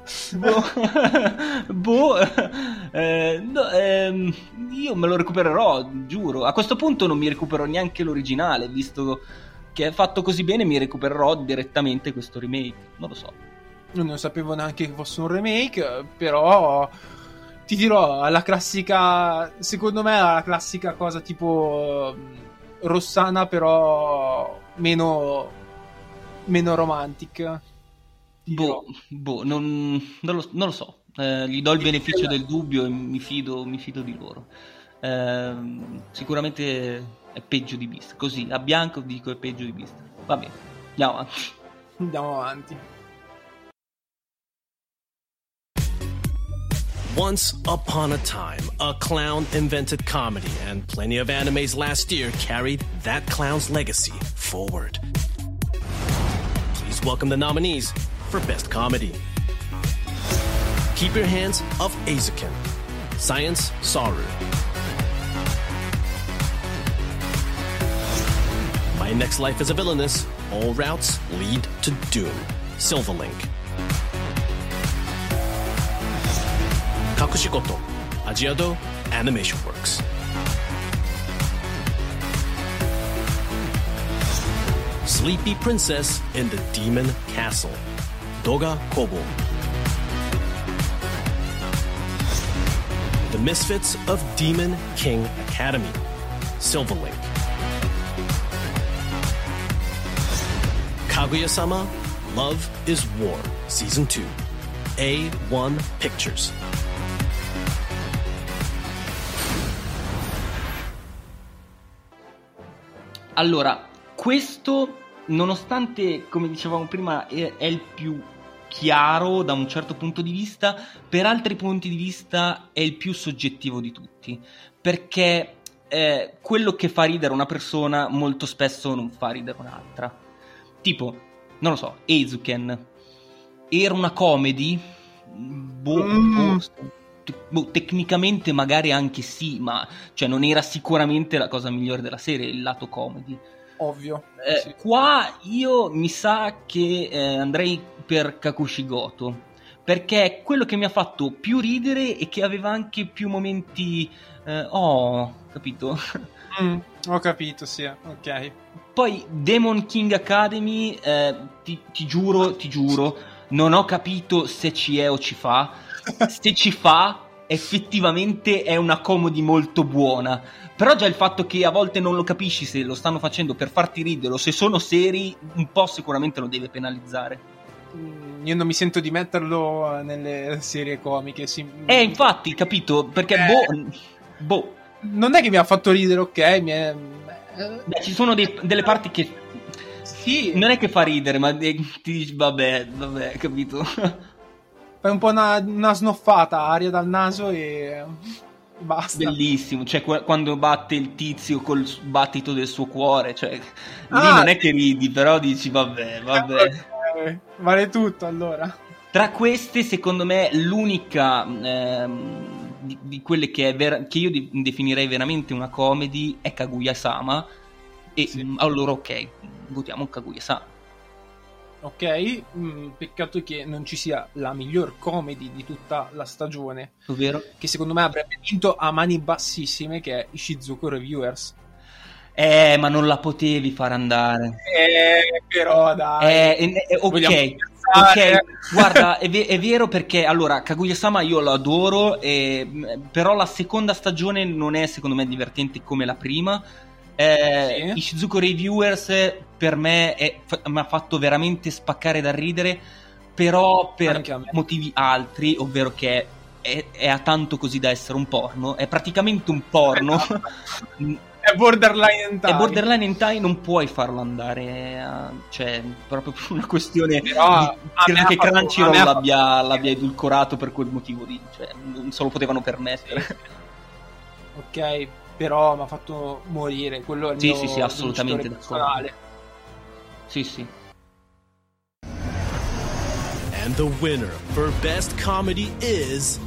Io me lo recupererò, giuro. A questo punto non mi recupero neanche l'originale, visto che è fatto così bene. Mi recupererò direttamente questo remake. Non lo so. Non sapevo neanche che fosse un remake, però ti dirò, alla classica, secondo me la classica cosa tipo Rossana, però meno romantic. Non lo so. Gli do il beneficio del dubbio e mi fido di loro. Sicuramente è peggio di Beast. Così a bianco dico è peggio di Beast. Va bene, andiamo avanti. Once upon a time, a clown invented comedy, and plenty of animes last year carried that clown's legacy forward. Please welcome the nominees for Best Comedy. Keep Your Hands Off Eizouken, Science Saru. My Next Life as a Villainess, All Routes Lead to Doom, Silverlink. Kakushikoto, Ajiado Animation Works. Sleepy Princess in the Demon Castle, Doga Kobo. The Misfits of Demon King Academy, Silverlink. Kaguya-sama, Love is War, Season 2, A1 Pictures. Allora, questo, nonostante, come dicevamo prima, è il più chiaro da un certo punto di vista, per altri punti di vista è il più soggettivo di tutti, perché quello che fa ridere una persona molto spesso non fa ridere un'altra. Tipo, non lo so, Eizouken era una comedy? Tecnicamente magari anche sì, ma cioè non era sicuramente la cosa migliore della serie, il lato comedy. Ovvio. Sì. Qua io mi sa che andrei per Kakushigoto, perché è quello che mi ha fatto più ridere e che aveva anche più momenti capito? Ho capito, sì, ok. Poi Demon King Academy, ti giuro, non ho capito se ci è o ci fa. Se ci fa, effettivamente è una comedy molto buona. Però già il fatto che a volte non lo capisci se lo stanno facendo per farti ridere o se sono seri, un po' sicuramente lo deve penalizzare. Io non mi sento di metterlo nelle serie comiche. Sì. Infatti, capito? Perché non è che mi ha fatto ridere, ok? Beh, ci sono delle parti che sì, non è che fa ridere, ma ti dici vabbè, capito? Fai un po' una snoffata, aria dal naso e basta. Bellissimo, cioè quando batte il tizio col battito del suo cuore, cioè lì non è che ridi, però dici vabbè. Vale tutto allora. Tra queste, secondo me, l'unica di quelle che io definirei veramente una comedy è Kaguya-sama, e sì. Allora ok, votiamo Kaguya-sama. Ok, peccato che non ci sia la miglior comedy di tutta la stagione, ovvero che secondo me avrebbe vinto a mani bassissime, che è Ishizuku Reviewers. Ma non la potevi far andare. Però dai. Ok, guarda, è vero, perché allora Kaguya-sama io lo adoro, però la seconda stagione non è secondo me divertente come la prima. Sì. Ishizuku Reviewers per me mi ha fatto veramente spaccare da ridere, però per motivi altri, ovvero che è a tanto così da essere un porno, è praticamente un porno. È borderline hentai. È borderline hentai, non puoi farlo andare cioè proprio per una questione però credo che Crunchyroll l'abbia edulcorato per quel motivo lì, cioè non se lo potevano permettere. Sì. Ok, però mi ha fatto morire, quello è il mio sì, assolutamente personale. Sì. And the winner for Best Comedy is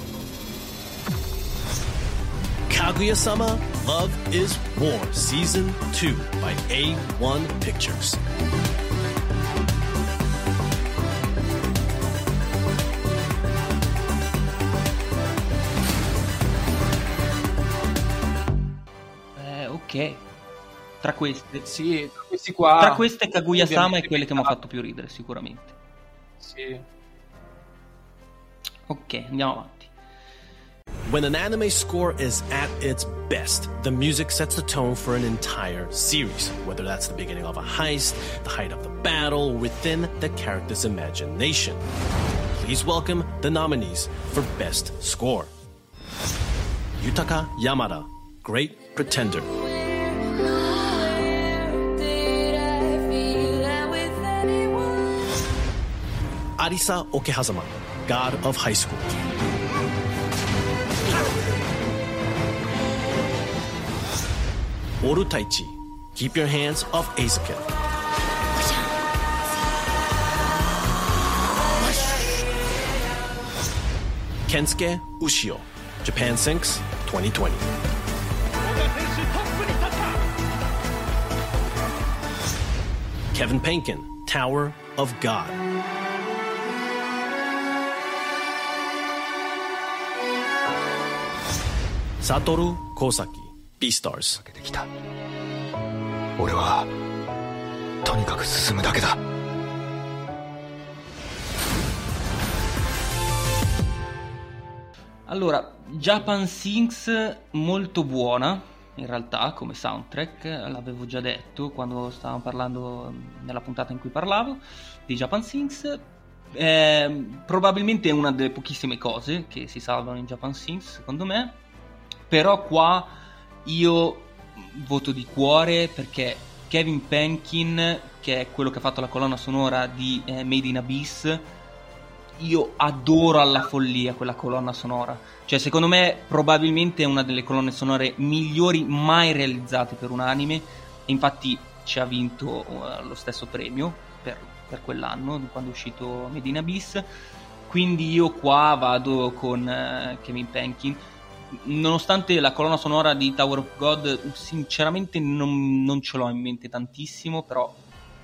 Kaguya-sama Love is War Season 2 by A1 Pictures. Ok. Tra queste, sì, tra questi qua. Tra queste Kaguya-sama è quelle che mi ha fatto più ridere, sicuramente. Sì. Ok, andiamo avanti. When an anime score is at its best, the music sets the tone for an entire series, whether that's the beginning of a heist, the height of the battle, or within the character's imagination. Please welcome the nominees for Best Score. Yutaka Yamada, Great Pretender. Arisa Okehazama, God of High School. Oru Taichi, Keep Your Hands Off Eizouken. Kensuke Ushio, Japan Sinks 2020. Kevin Penkin, Tower of God. Satoru Kosaki, Beastars. 俺はとにかく進むだけだ。 Allora, Japan Sings molto buona, in realtà, come soundtrack, l'avevo già detto quando stavamo parlando nella puntata in cui parlavo di Japan Sings. Probabilmente è una delle pochissime cose che si salvano in Japan Sings, secondo me. Però qua io voto di cuore perché Kevin Penkin, che è quello che ha fatto la colonna sonora di Made in Abyss, io adoro alla follia quella colonna sonora. Cioè, secondo me probabilmente è una delle colonne sonore migliori mai realizzate per un anime, e infatti ci ha vinto lo stesso premio per quell'anno quando è uscito Made in Abyss. Quindi io qua vado con Kevin Penkin. Nonostante la colonna sonora di Tower of God sinceramente non ce l'ho in mente tantissimo, però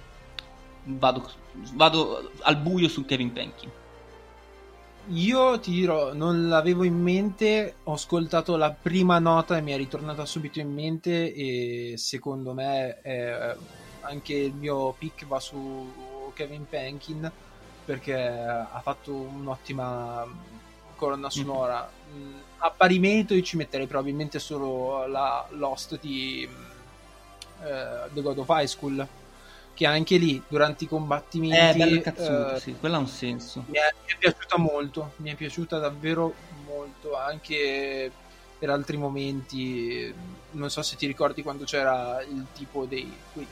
vado al buio su Kevin Penkin. Io ti dirò, non l'avevo in mente, ho ascoltato la prima nota e mi è ritornata subito in mente, e secondo me anche il mio pick va su Kevin Penkin perché ha fatto un'ottima colonna sonora. A pari merito io ci metterei probabilmente solo la Lost di The God of High School, che anche lì durante i combattimenti bella cazzuta, sì, quella ha un senso. Mi è piaciuta molto, mi è piaciuta davvero molto, anche per altri momenti. Non so se ti ricordi quando c'era il tipo i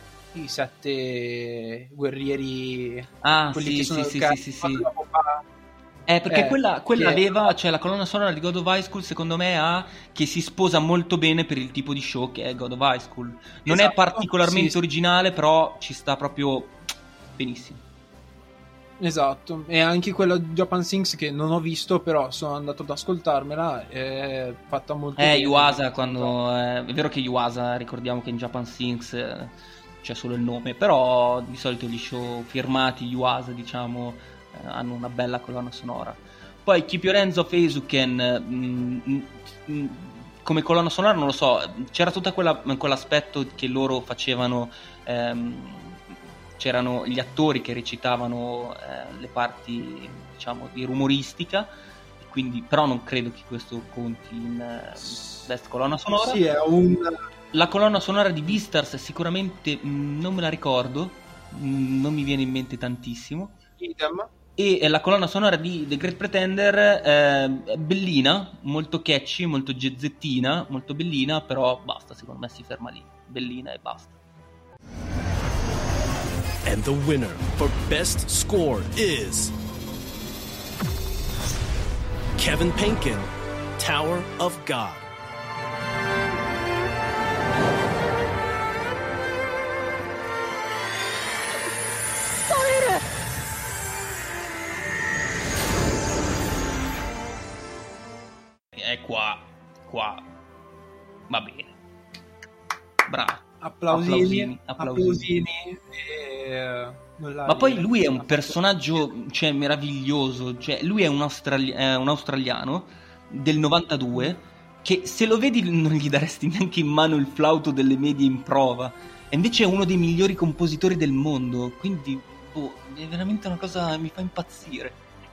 7 guerrieri, quelli sì, che sono sì. Perché quella aveva, cioè la colonna sonora di God of High School secondo me che si sposa molto bene per il tipo di show che è God of High School. Non è particolarmente originale, però ci sta proprio benissimo. Esatto, e anche quella di Japan Sings che non ho visto, però sono andato ad ascoltarmela, è fatta molto bene. Yuasa, quando è vero che Yuasa, ricordiamo che in Japan Sings c'è solo il nome, però di solito gli show firmati Yuasa, diciamo, hanno una bella colonna sonora. Poi Keep Your Hands Off Eizouken come colonna sonora non lo so, c'era tutta quell'aspetto che loro facevano, c'erano gli attori che recitavano le parti, diciamo, di rumoristica, quindi però non credo che questo conti in best colonna sonora. Sì, La colonna sonora di Beastars sicuramente non me la ricordo, non mi viene in mente tantissimo. Idem. E la colonna sonora di The Great Pretender è bellina, molto catchy, molto jazzettina, molto bellina, però basta, secondo me si ferma lì, bellina e basta. And the winner for best score is Kevin Penkin, Tower of God. Qua va bene, bravo, applausini. Ma poi lui è un personaggio, cioè, meraviglioso, cioè lui è un australiano del 92 che se lo vedi non gli daresti neanche in mano il flauto delle medie in prova, e invece è uno dei migliori compositori del mondo, quindi è veramente una cosa, mi fa impazzire.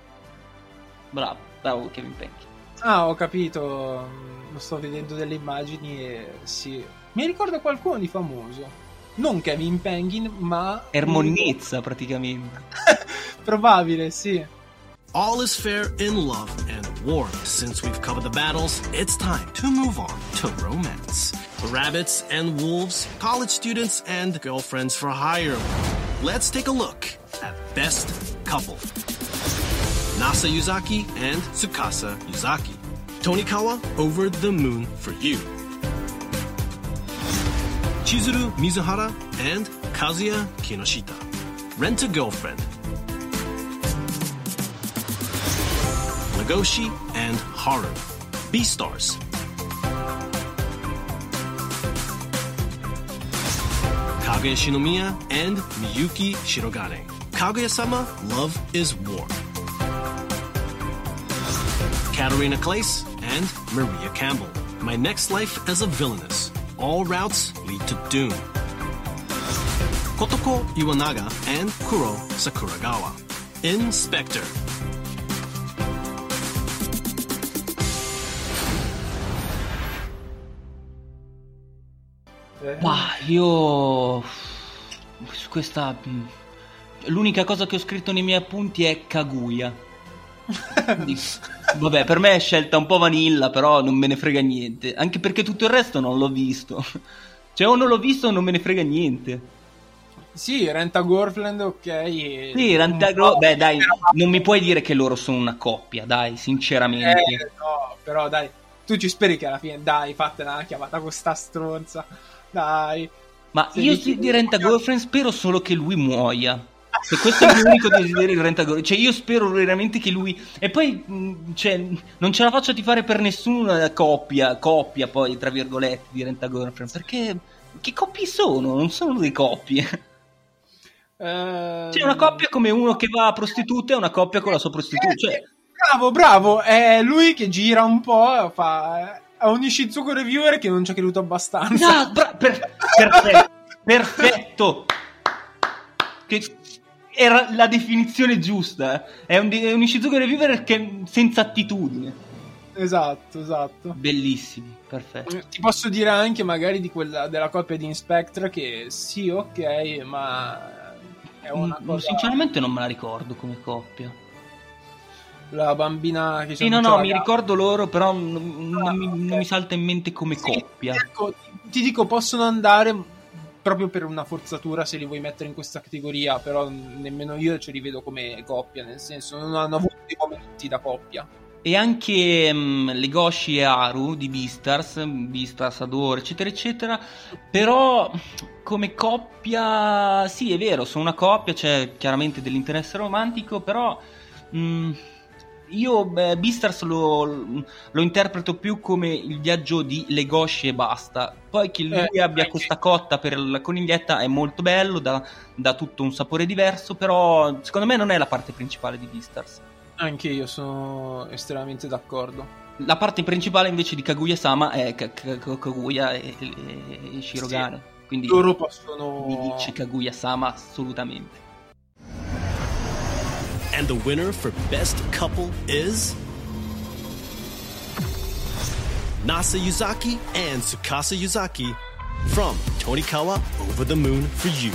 Bravo Kevin Penkin. Ah, ho capito, lo sto vedendo delle immagini e sì, mi ricorda qualcuno di famoso, non Kevin Penkin, ma Ermonnezza praticamente. Probabile, sì. All is fair in love and war. Since we've covered the battles, it's time to move on to romance. Rabbits and wolves, college students and girlfriends for hire. Let's take a look at best couple. Nasa Yuzaki and Tsukasa Yuzaki. Tonikawa, Over the Moon for You. Chizuru Mizuhara and Kazuya Kinoshita. Rent a Girlfriend. Nagoshi and Haru. Beastars. Kaguya Shinomiya and Miyuki Shirogane. Kaguya-sama, Love is War. Katarina Claes and Maria Campbell. My Next Life as a Villainess. All routes lead to doom. Kotoko Iwanaga and Kuro Sakuragawa. Inspector. Io su questa, l'unica cosa che ho scritto nei miei appunti è Kaguya. Vabbè, per me è scelta un po' vanilla, però non me ne frega niente, anche perché tutto il resto non l'ho visto. Cioè, o non l'ho visto o non me ne frega niente. Sì, Rent a Girlfriend, ok. Sì, beh, dai, non mi puoi dire che loro sono una coppia, dai, sinceramente. No, però dai, tu ci speri che alla fine, dai, fatela una chiamata con sta stronza, dai. Ma io di Rent a Girlfriend spero solo che lui muoia. Se questo è l'unico desiderio di Rent a Girlfriend, cioè io spero veramente che lui, e poi cioè, non ce la faccio di fare per nessuna coppia poi tra virgolette di Rent a Girlfriend, perché che coppie sono? Non sono delle coppie. C'è una coppia come uno che va a prostituta e una coppia con la sua prostituta, cioè... Bravo, è lui che gira un po', fa un Ishizuku reviewer che non ci ha creduto abbastanza. Perfetto. Che era la definizione giusta. È un Ishizuku reviewer che senza attitudine. Esatto. Bellissimi, perfetto. Ti posso dire anche magari di quella della coppia di Inspector che sì, ok, ma è una cosa... Sinceramente non me la ricordo come coppia. La bambina che... Sì, no, mi ricordo loro, però non mi salta in mente come coppia. Ecco, ti dico, possono andare proprio per una forzatura se li vuoi mettere in questa categoria, però nemmeno io ce li vedo come coppia, nel senso non hanno avuto dei momenti da coppia. E anche Legoshi e Haru di Beastars Adore, eccetera eccetera, però come coppia sì, è vero, sono una coppia, c'è chiaramente dell'interesse romantico, però io Beastars lo interpreto più come il viaggio di Legoshi e basta. Poi che lui abbia questa cotta per la coniglietta è molto bello, dà tutto un sapore diverso, però secondo me non è la parte principale di Beastars. Anche io sono estremamente d'accordo. La parte principale invece di Kaguya-sama è Kaguya e Shirogane, sì, quindi loro possono... mi dice Kaguya-sama assolutamente. And the winner for best couple is Nasa Yuzaki and Tsukasa Yuzaki. From Torikawa Over the Moon for You.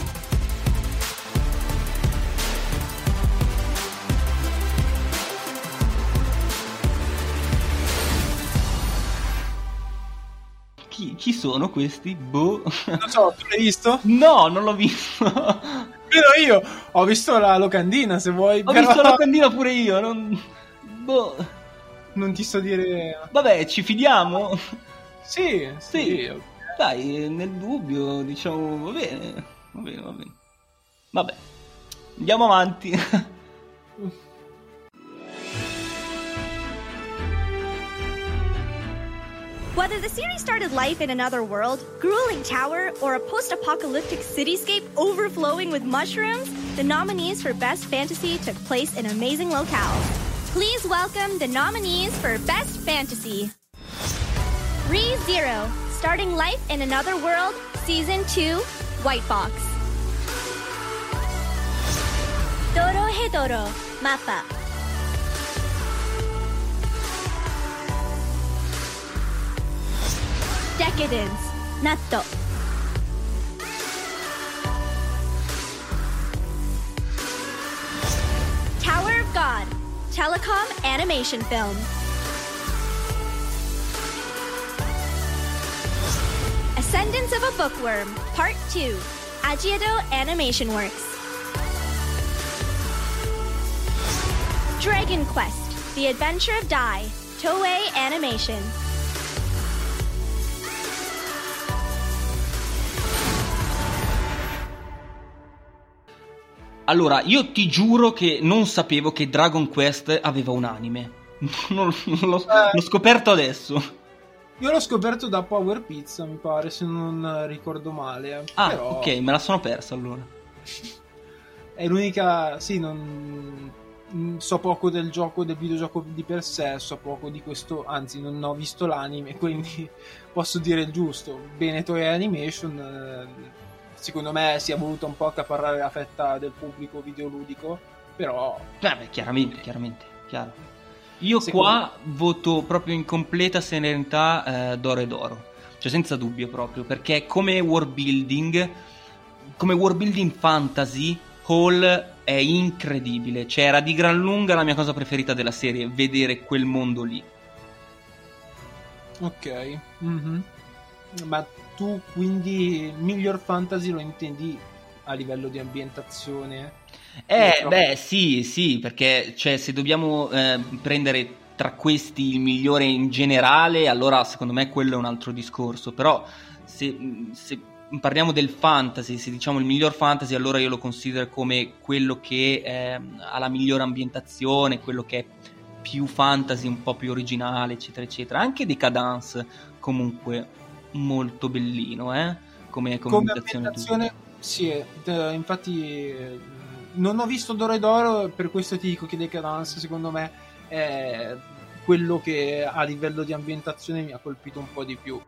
Chi sono questi? Boh. Non so, tu l'hai visto? No, non l'ho visto. Però io ho visto la locandina, se vuoi. Ho visto la locandina pure io, boh. Non ti so dire... Vabbè, ci fidiamo? Sì. Dai, nel dubbio, diciamo, va bene. Vabbè, andiamo avanti. Whether the series started life in another world, grueling tower, or a post-apocalyptic cityscape overflowing with mushrooms, the nominees for Best Fantasy took place in amazing locales. Please welcome the nominees for Best Fantasy. Re:Zero, starting life in another world, Season 2, White Box. Dorohedoro, Mappa. Decadence, Natto. Tower of God, telecom animation film. Ascendance of a Bookworm, Part 2, Ajiado Animation Works. Dragon Quest, The Adventure of Dai, Toei Animation. Allora, io ti giuro che non sapevo che Dragon Quest aveva un anime. L'ho scoperto adesso. Io l'ho scoperto da Power Pizza, mi pare, se non ricordo male. Ah, però... ok, me la sono persa allora. È l'unica... Sì, non... So poco del gioco, del videogioco di per sé, so poco di questo... Anzi, non ho visto l'anime, quindi posso dire il giusto. Bene, Toei Animation... Secondo me si è voluto un po' accaparrare la fetta del pubblico videoludico, però... Beh, chiaramente, chiaro. Io qua voto proprio in completa serenità Doro, cioè senza dubbio proprio, perché come world building fantasy, Hall è incredibile, cioè era di gran lunga la mia cosa preferita della serie, vedere quel mondo lì. Ok, ma tu quindi miglior fantasy lo intendi a livello di ambientazione? Beh sì, perché cioè, se dobbiamo prendere tra questi il migliore in generale, allora secondo me quello è un altro discorso, però se parliamo del fantasy, se diciamo il miglior fantasy, allora io lo considero come quello che ha la migliore ambientazione, quello che è più fantasy, un po' più originale, eccetera eccetera. Anche Decadence comunque molto bellino, come ambientazione. Sì, infatti non ho visto Doro, per questo ti dico che Decadence secondo me è quello che a livello di ambientazione mi ha colpito un po' di più.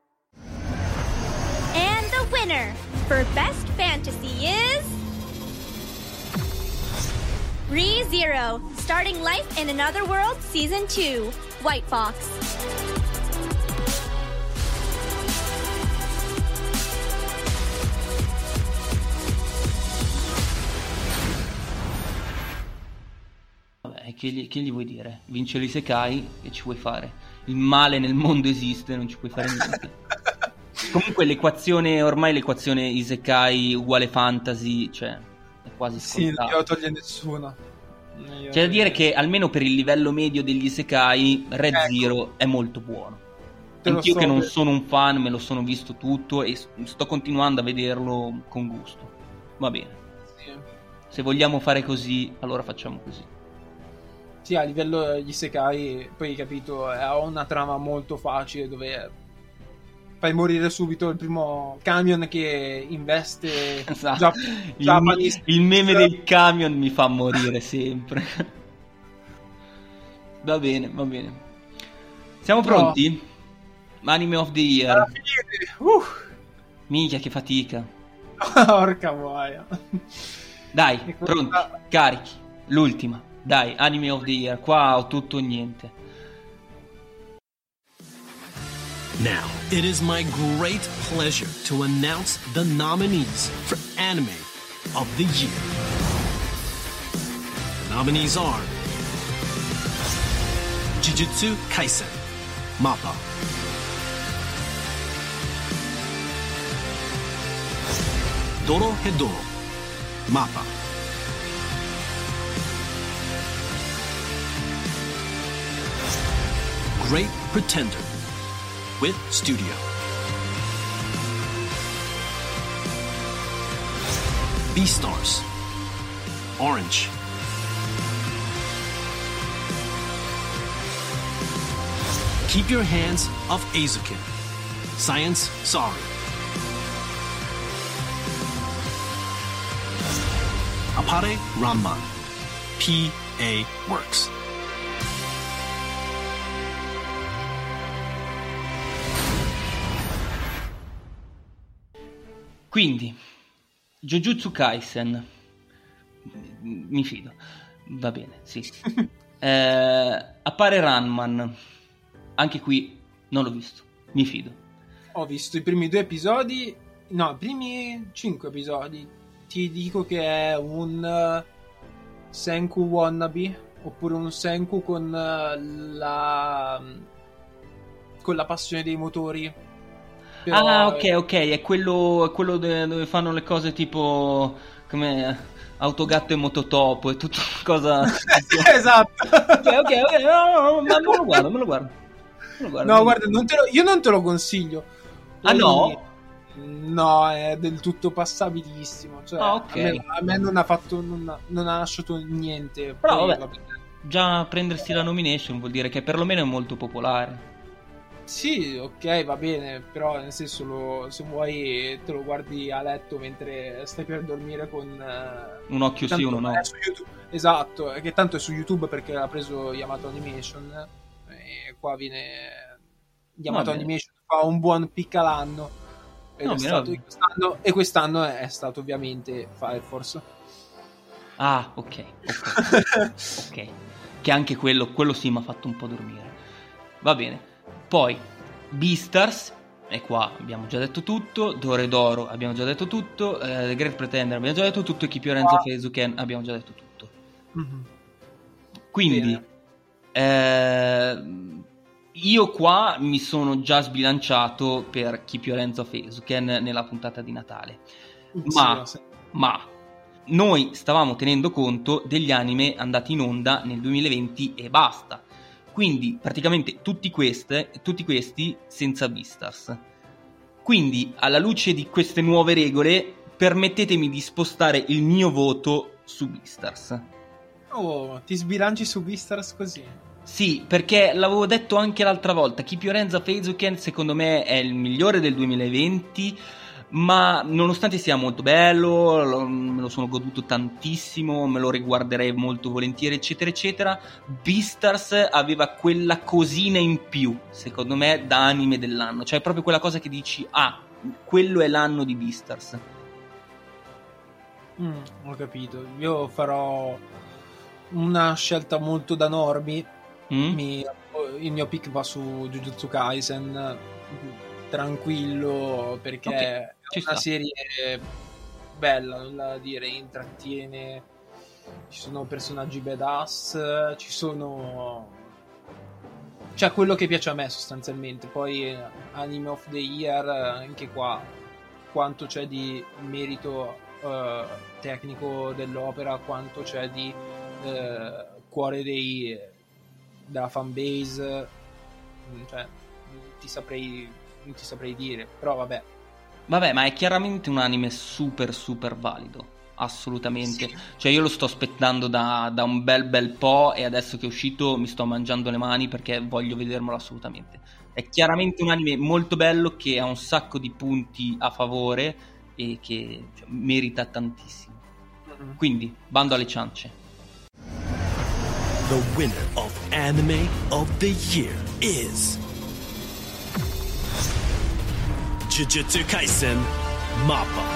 And the winner for Best Fantasy is Re:Zero, starting life in another world, Season 2, White Box. Che gli vuoi dire? Vince l'isekai, che ci vuoi fare? Il male nel mondo esiste, non ci puoi fare niente. Comunque ormai l'equazione isekai uguale fantasy, cioè è quasi scontata. Sì, non glielo toglie nessuno. C'è da dire che almeno per il livello medio degli isekai Re:Zero è molto buono. Anch'io che non sono un fan, me lo sono visto tutto e sto continuando a vederlo con gusto. Va bene. Sì. Se vogliamo fare così, allora facciamo così. Sì, a livello degli isekai, poi hai capito, ha una trama molto facile dove fai morire subito il primo camion che investe. Esatto. Il meme del camion mi fa morire sempre. Va bene. Siamo pronti? Anime of the Year. Minchia, che fatica. Porca boia. Dai, pronti, carichi. L'ultima. Dai, Anime of the Year, qua ho tutto o niente. Now, it is my great pleasure to announce the nominees for Anime of the Year. The nominees are Jujutsu Kaisen, MAPPA. Dorohedoro, MAPPA. Great Pretender, with Studio. Beastars, Orange. Keep Your Hands Off Eizouken, Science Sorry. Appare Ranman, P.A. Works. Quindi, Jujutsu Kaisen, mi fido, va bene, sì. Appare Ranman, anche qui non l'ho visto, mi fido. Ho visto i primi 2 episodi, no, i primi 5 episodi. Ti dico che è un Senku wannabe, oppure un Senku con la passione dei motori. Però ok, è quello dove fanno le cose tipo come Autogatto e Mototopo e tutto cosa. Esatto. Ok, no, ma me lo guardo. No, guarda, io non te lo consiglio. Ah, no? No, è del tutto passabilissimo. Cioè, ok. A me non ha lasciato niente. Però Poi, vabbè, già prendersi la nomination vuol dire che perlomeno è molto popolare. Sì, ok, va bene, però nel senso se vuoi te lo guardi a letto mentre stai per dormire con un occhio sì, uno no. Su YouTube. Esatto, che tanto è su YouTube perché l'ha preso Yamato Animation e qua viene Yamato Animation, fa un buon pick all'anno e quest'anno è stato ovviamente Fire Force. Ah, ok. Che anche quello sì mi ha fatto un po' dormire. Va bene. Poi Beastars, e qua abbiamo già detto tutto. Dorohedoro abbiamo già detto tutto. The Great Pretender abbiamo già detto tutto. Keep Your Hands Off Eizouken abbiamo già detto tutto. Mm-hmm. Quindi io qua mi sono già sbilanciato per Keep Your Hands Off Eizouken nella puntata di Natale. Ma noi stavamo tenendo conto degli anime andati in onda nel 2020 e basta. Quindi praticamente tutti questi senza Beastars. Quindi alla luce di queste nuove regole permettetemi di spostare il mio voto su Beastars. Oh, ti sbilanci su Beastars così? Sì, perché l'avevo detto anche l'altra volta, Keep Your Hands Off Eizouken secondo me è il migliore del 2020, ma nonostante sia molto bello, me lo sono goduto tantissimo, me lo riguarderei molto volentieri, eccetera eccetera, Beastars aveva quella cosina in più, secondo me, da anime dell'anno, cioè proprio quella cosa che dici, quello è l'anno di Beastars. Ho capito, io farò una scelta molto da normie. Il mio pick va su Jujutsu Kaisen, tranquillo, perché è una serie bella, non da dire, intrattiene, ci sono personaggi badass, c'è quello che piace a me sostanzialmente. Poi Anime of the Year, anche qua quanto c'è di merito tecnico dell'opera, quanto c'è di cuore della fanbase, cioè non ti saprei dire, però vabbè, ma è chiaramente un anime super super valido, assolutamente, sì. Cioè io lo sto aspettando da un bel po' e adesso che è uscito mi sto mangiando le mani perché voglio vedermelo assolutamente. È chiaramente un anime molto bello che ha un sacco di punti a favore e che merita tantissimo. Quindi bando alle ciance. The winner of Anime of the Year is Jujutsu Kaisen MAPPA.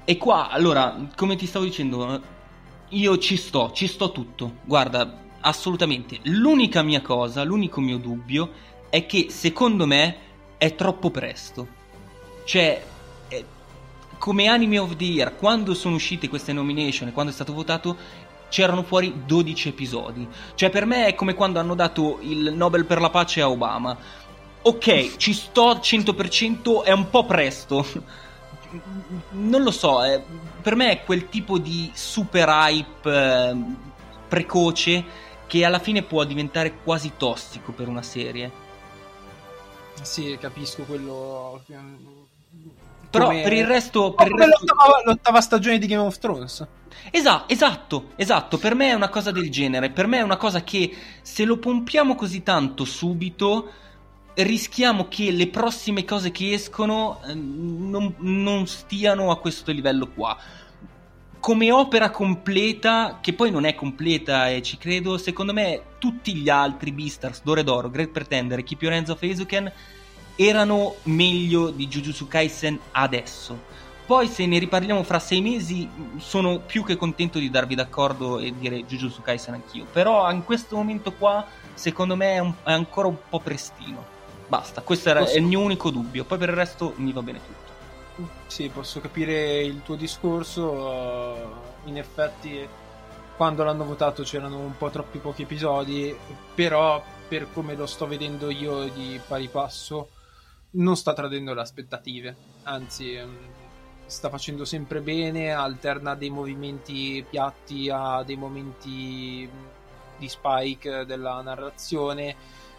E qua, allora, come ti stavo dicendo, io ci sto tutto. Guarda, assolutamente. L'unica mia cosa, l'unico mio dubbio è che secondo me è troppo presto. Cioè, come Anime of the Year, quando sono uscite queste nomination e quando è stato votato, c'erano fuori 12 episodi. Cioè, per me è come quando hanno dato il Nobel per la pace a Obama. Ok, ci sto al 100%, è un po' presto. Non lo so, per me è quel tipo di super hype precoce che alla fine può diventare quasi tossico per una serie. Sì, capisco quello. Però per il resto... l'ottava stagione di Game of Thrones. Esatto, per me è una cosa del genere. Per me è una cosa che se lo pompiamo così tanto subito, rischiamo che le prossime cose che escono non stiano a questo livello qua. Come opera completa, che poi non è completa e ci credo, secondo me tutti gli altri, Beastars, Dorohedoro, Great Pretender e Keep Your Hands Off Eizouken, erano meglio di Jujutsu Kaisen adesso. Poi se ne riparliamo fra 6 mesi sono più che contento di darvi d'accordo e dire Jujutsu Kaisen anch'io. Però in questo momento qua secondo me è ancora un po' prestino. Basta, questo è il mio unico dubbio. Poi per il resto mi va bene tutto. Sì, posso capire il tuo discorso. In effetti quando l'hanno votato c'erano un po' troppi pochi episodi, però per come lo sto vedendo io di pari passo non sta tradendo le aspettative, anzi sta facendo sempre bene, alterna dei movimenti piatti a dei momenti di spike della narrazione,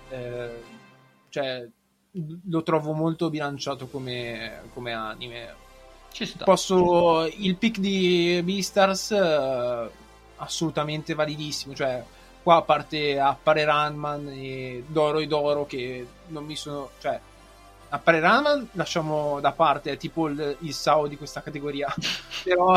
cioè lo trovo molto bilanciato come anime. Ci sta. Il pick di Beastars assolutamente validissimo, cioè qua appare Ranman e Doro che non mi sono, cioè appare Ranman lasciamo da parte, è tipo il Sao di questa categoria però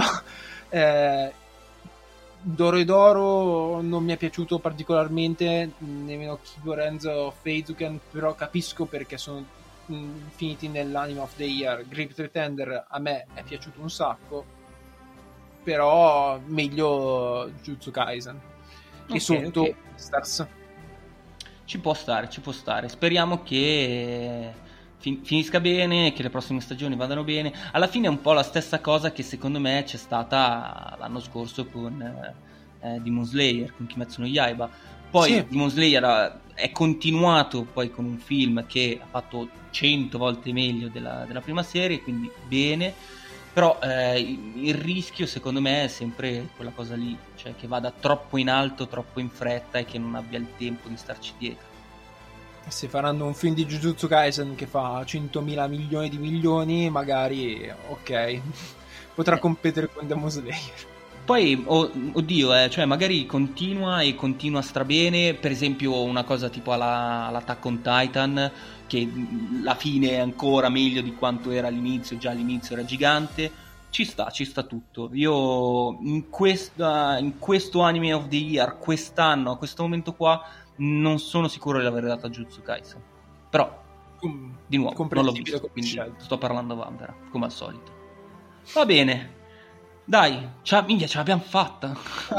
Doro non mi è piaciuto particolarmente, nemmeno Keep Your Hands Off Eizouken, però capisco perché sono finiti nell'Anime of the Year. Great Pretender a me è piaciuto un sacco, però meglio Jujutsu Kaisen e sotto Stars. Ci può stare. Speriamo che finisca bene, che le prossime stagioni vadano bene. Alla fine è un po' la stessa cosa che secondo me c'è stata l'anno scorso con Demon Slayer, con Kimetsu no Yaiba. Poi sì. Demon Slayer è continuato poi con un film che ha fatto 100 volte meglio della prima serie, quindi bene. Però il rischio secondo me è sempre quella cosa lì, cioè che vada troppo in alto, troppo in fretta e che non abbia il tempo di starci dietro. Se faranno un film di Jujutsu Kaisen che fa 100.000 milioni di milioni, magari ok, potrà competere con Demon Slayer. Poi, oddio, cioè magari continua strabene, per esempio una cosa tipo all'Attack on Titan, che la fine è ancora meglio di quanto era all'inizio, già all'inizio era gigante. Ci sta tutto. Io in questo Anime of the Year, quest'anno, a questo momento qua, non sono sicuro di aver dato a Jujutsu Kaisen. Però, di nuovo, non l'ho visto, quindi sto parlando a vanvera, come al solito. Va bene. Dai, ce l'abbiamo fatta.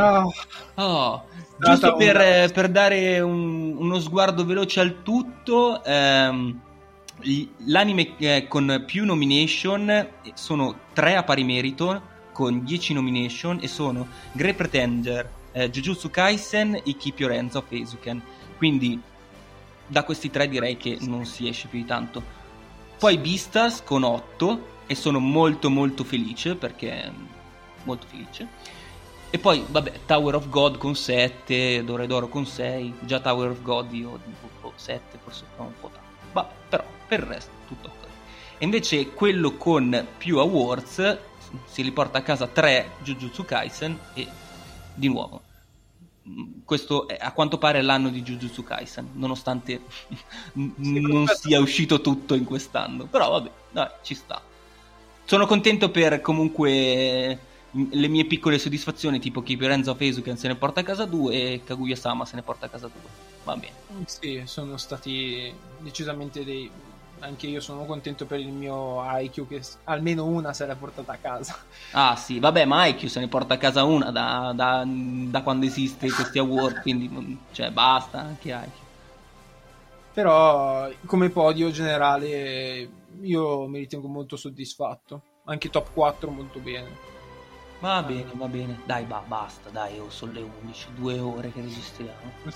Giusto per dare uno sguardo veloce al tutto, l'anime con più nomination sono 3 a pari merito con 10 nomination e sono Great Pretender, Jujutsu Kaisen e Keep Your Hands Off Eizouken. Quindi da questi 3 direi che non si esce più di tanto. Poi Beastars con 8 e sono molto molto felice perché molto felice. E poi vabbè, Tower of God con 7, Dorohedoro con 6. Già Tower of God io dico 7, forse un po' tanto. Ma però per il resto tutto ok. E invece quello con più awards si riporta a casa 3 Jujutsu Kaisen e di nuovo questo è a quanto pare l'anno di Jujutsu Kaisen, nonostante non sia uscito tutto in quest'anno. Però vabbè, dai, ci sta. Sono contento per comunque le mie piccole soddisfazioni, tipo Keep Your Hands Off Eizouken se ne porta a casa 2 e Kaguya-sama se ne porta a casa 2. Va bene. Sì, sono stati decisamente dei anche io sono contento per il mio Haikyuu che almeno una se l'è portata a casa. Ah sì, vabbè, ma Haikyuu se ne porta a casa una da quando esiste questi award, quindi cioè basta anche Haikyuu. Però come podio generale io mi ritengo molto soddisfatto, anche top 4 molto bene. Va bene, dai, basta, dai, sono le 11, 2 ore che registriamo.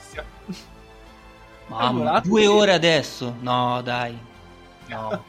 Mamma, 2 ore adesso? No, dai, no.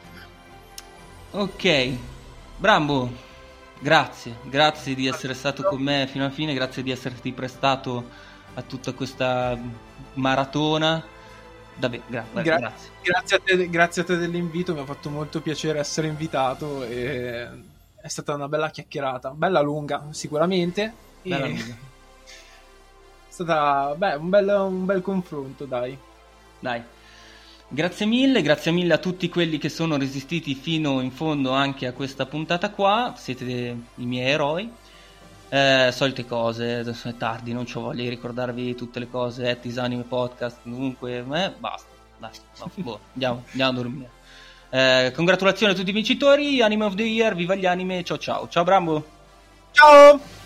Ok, Brambo, grazie di essere stato con me fino alla fine, grazie di esserti prestato a tutta questa maratona. Davvero, grazie a te dell'invito, mi ha fatto molto piacere essere invitato e è stata una bella chiacchierata, bella lunga sicuramente, bella lunga. È stata un bel confronto, dai. Grazie mille a tutti quelli che sono resistiti fino in fondo anche a questa puntata qua, siete i miei eroi. Solite cose, adesso è tardi, non c'ho voglia di ricordarvi tutte le cose, Disanime Podcast, comunque basta, dai, andiamo a dormire. Congratulazioni a tutti i vincitori, Anime of the Year, viva gli anime, ciao Brambo, ciao.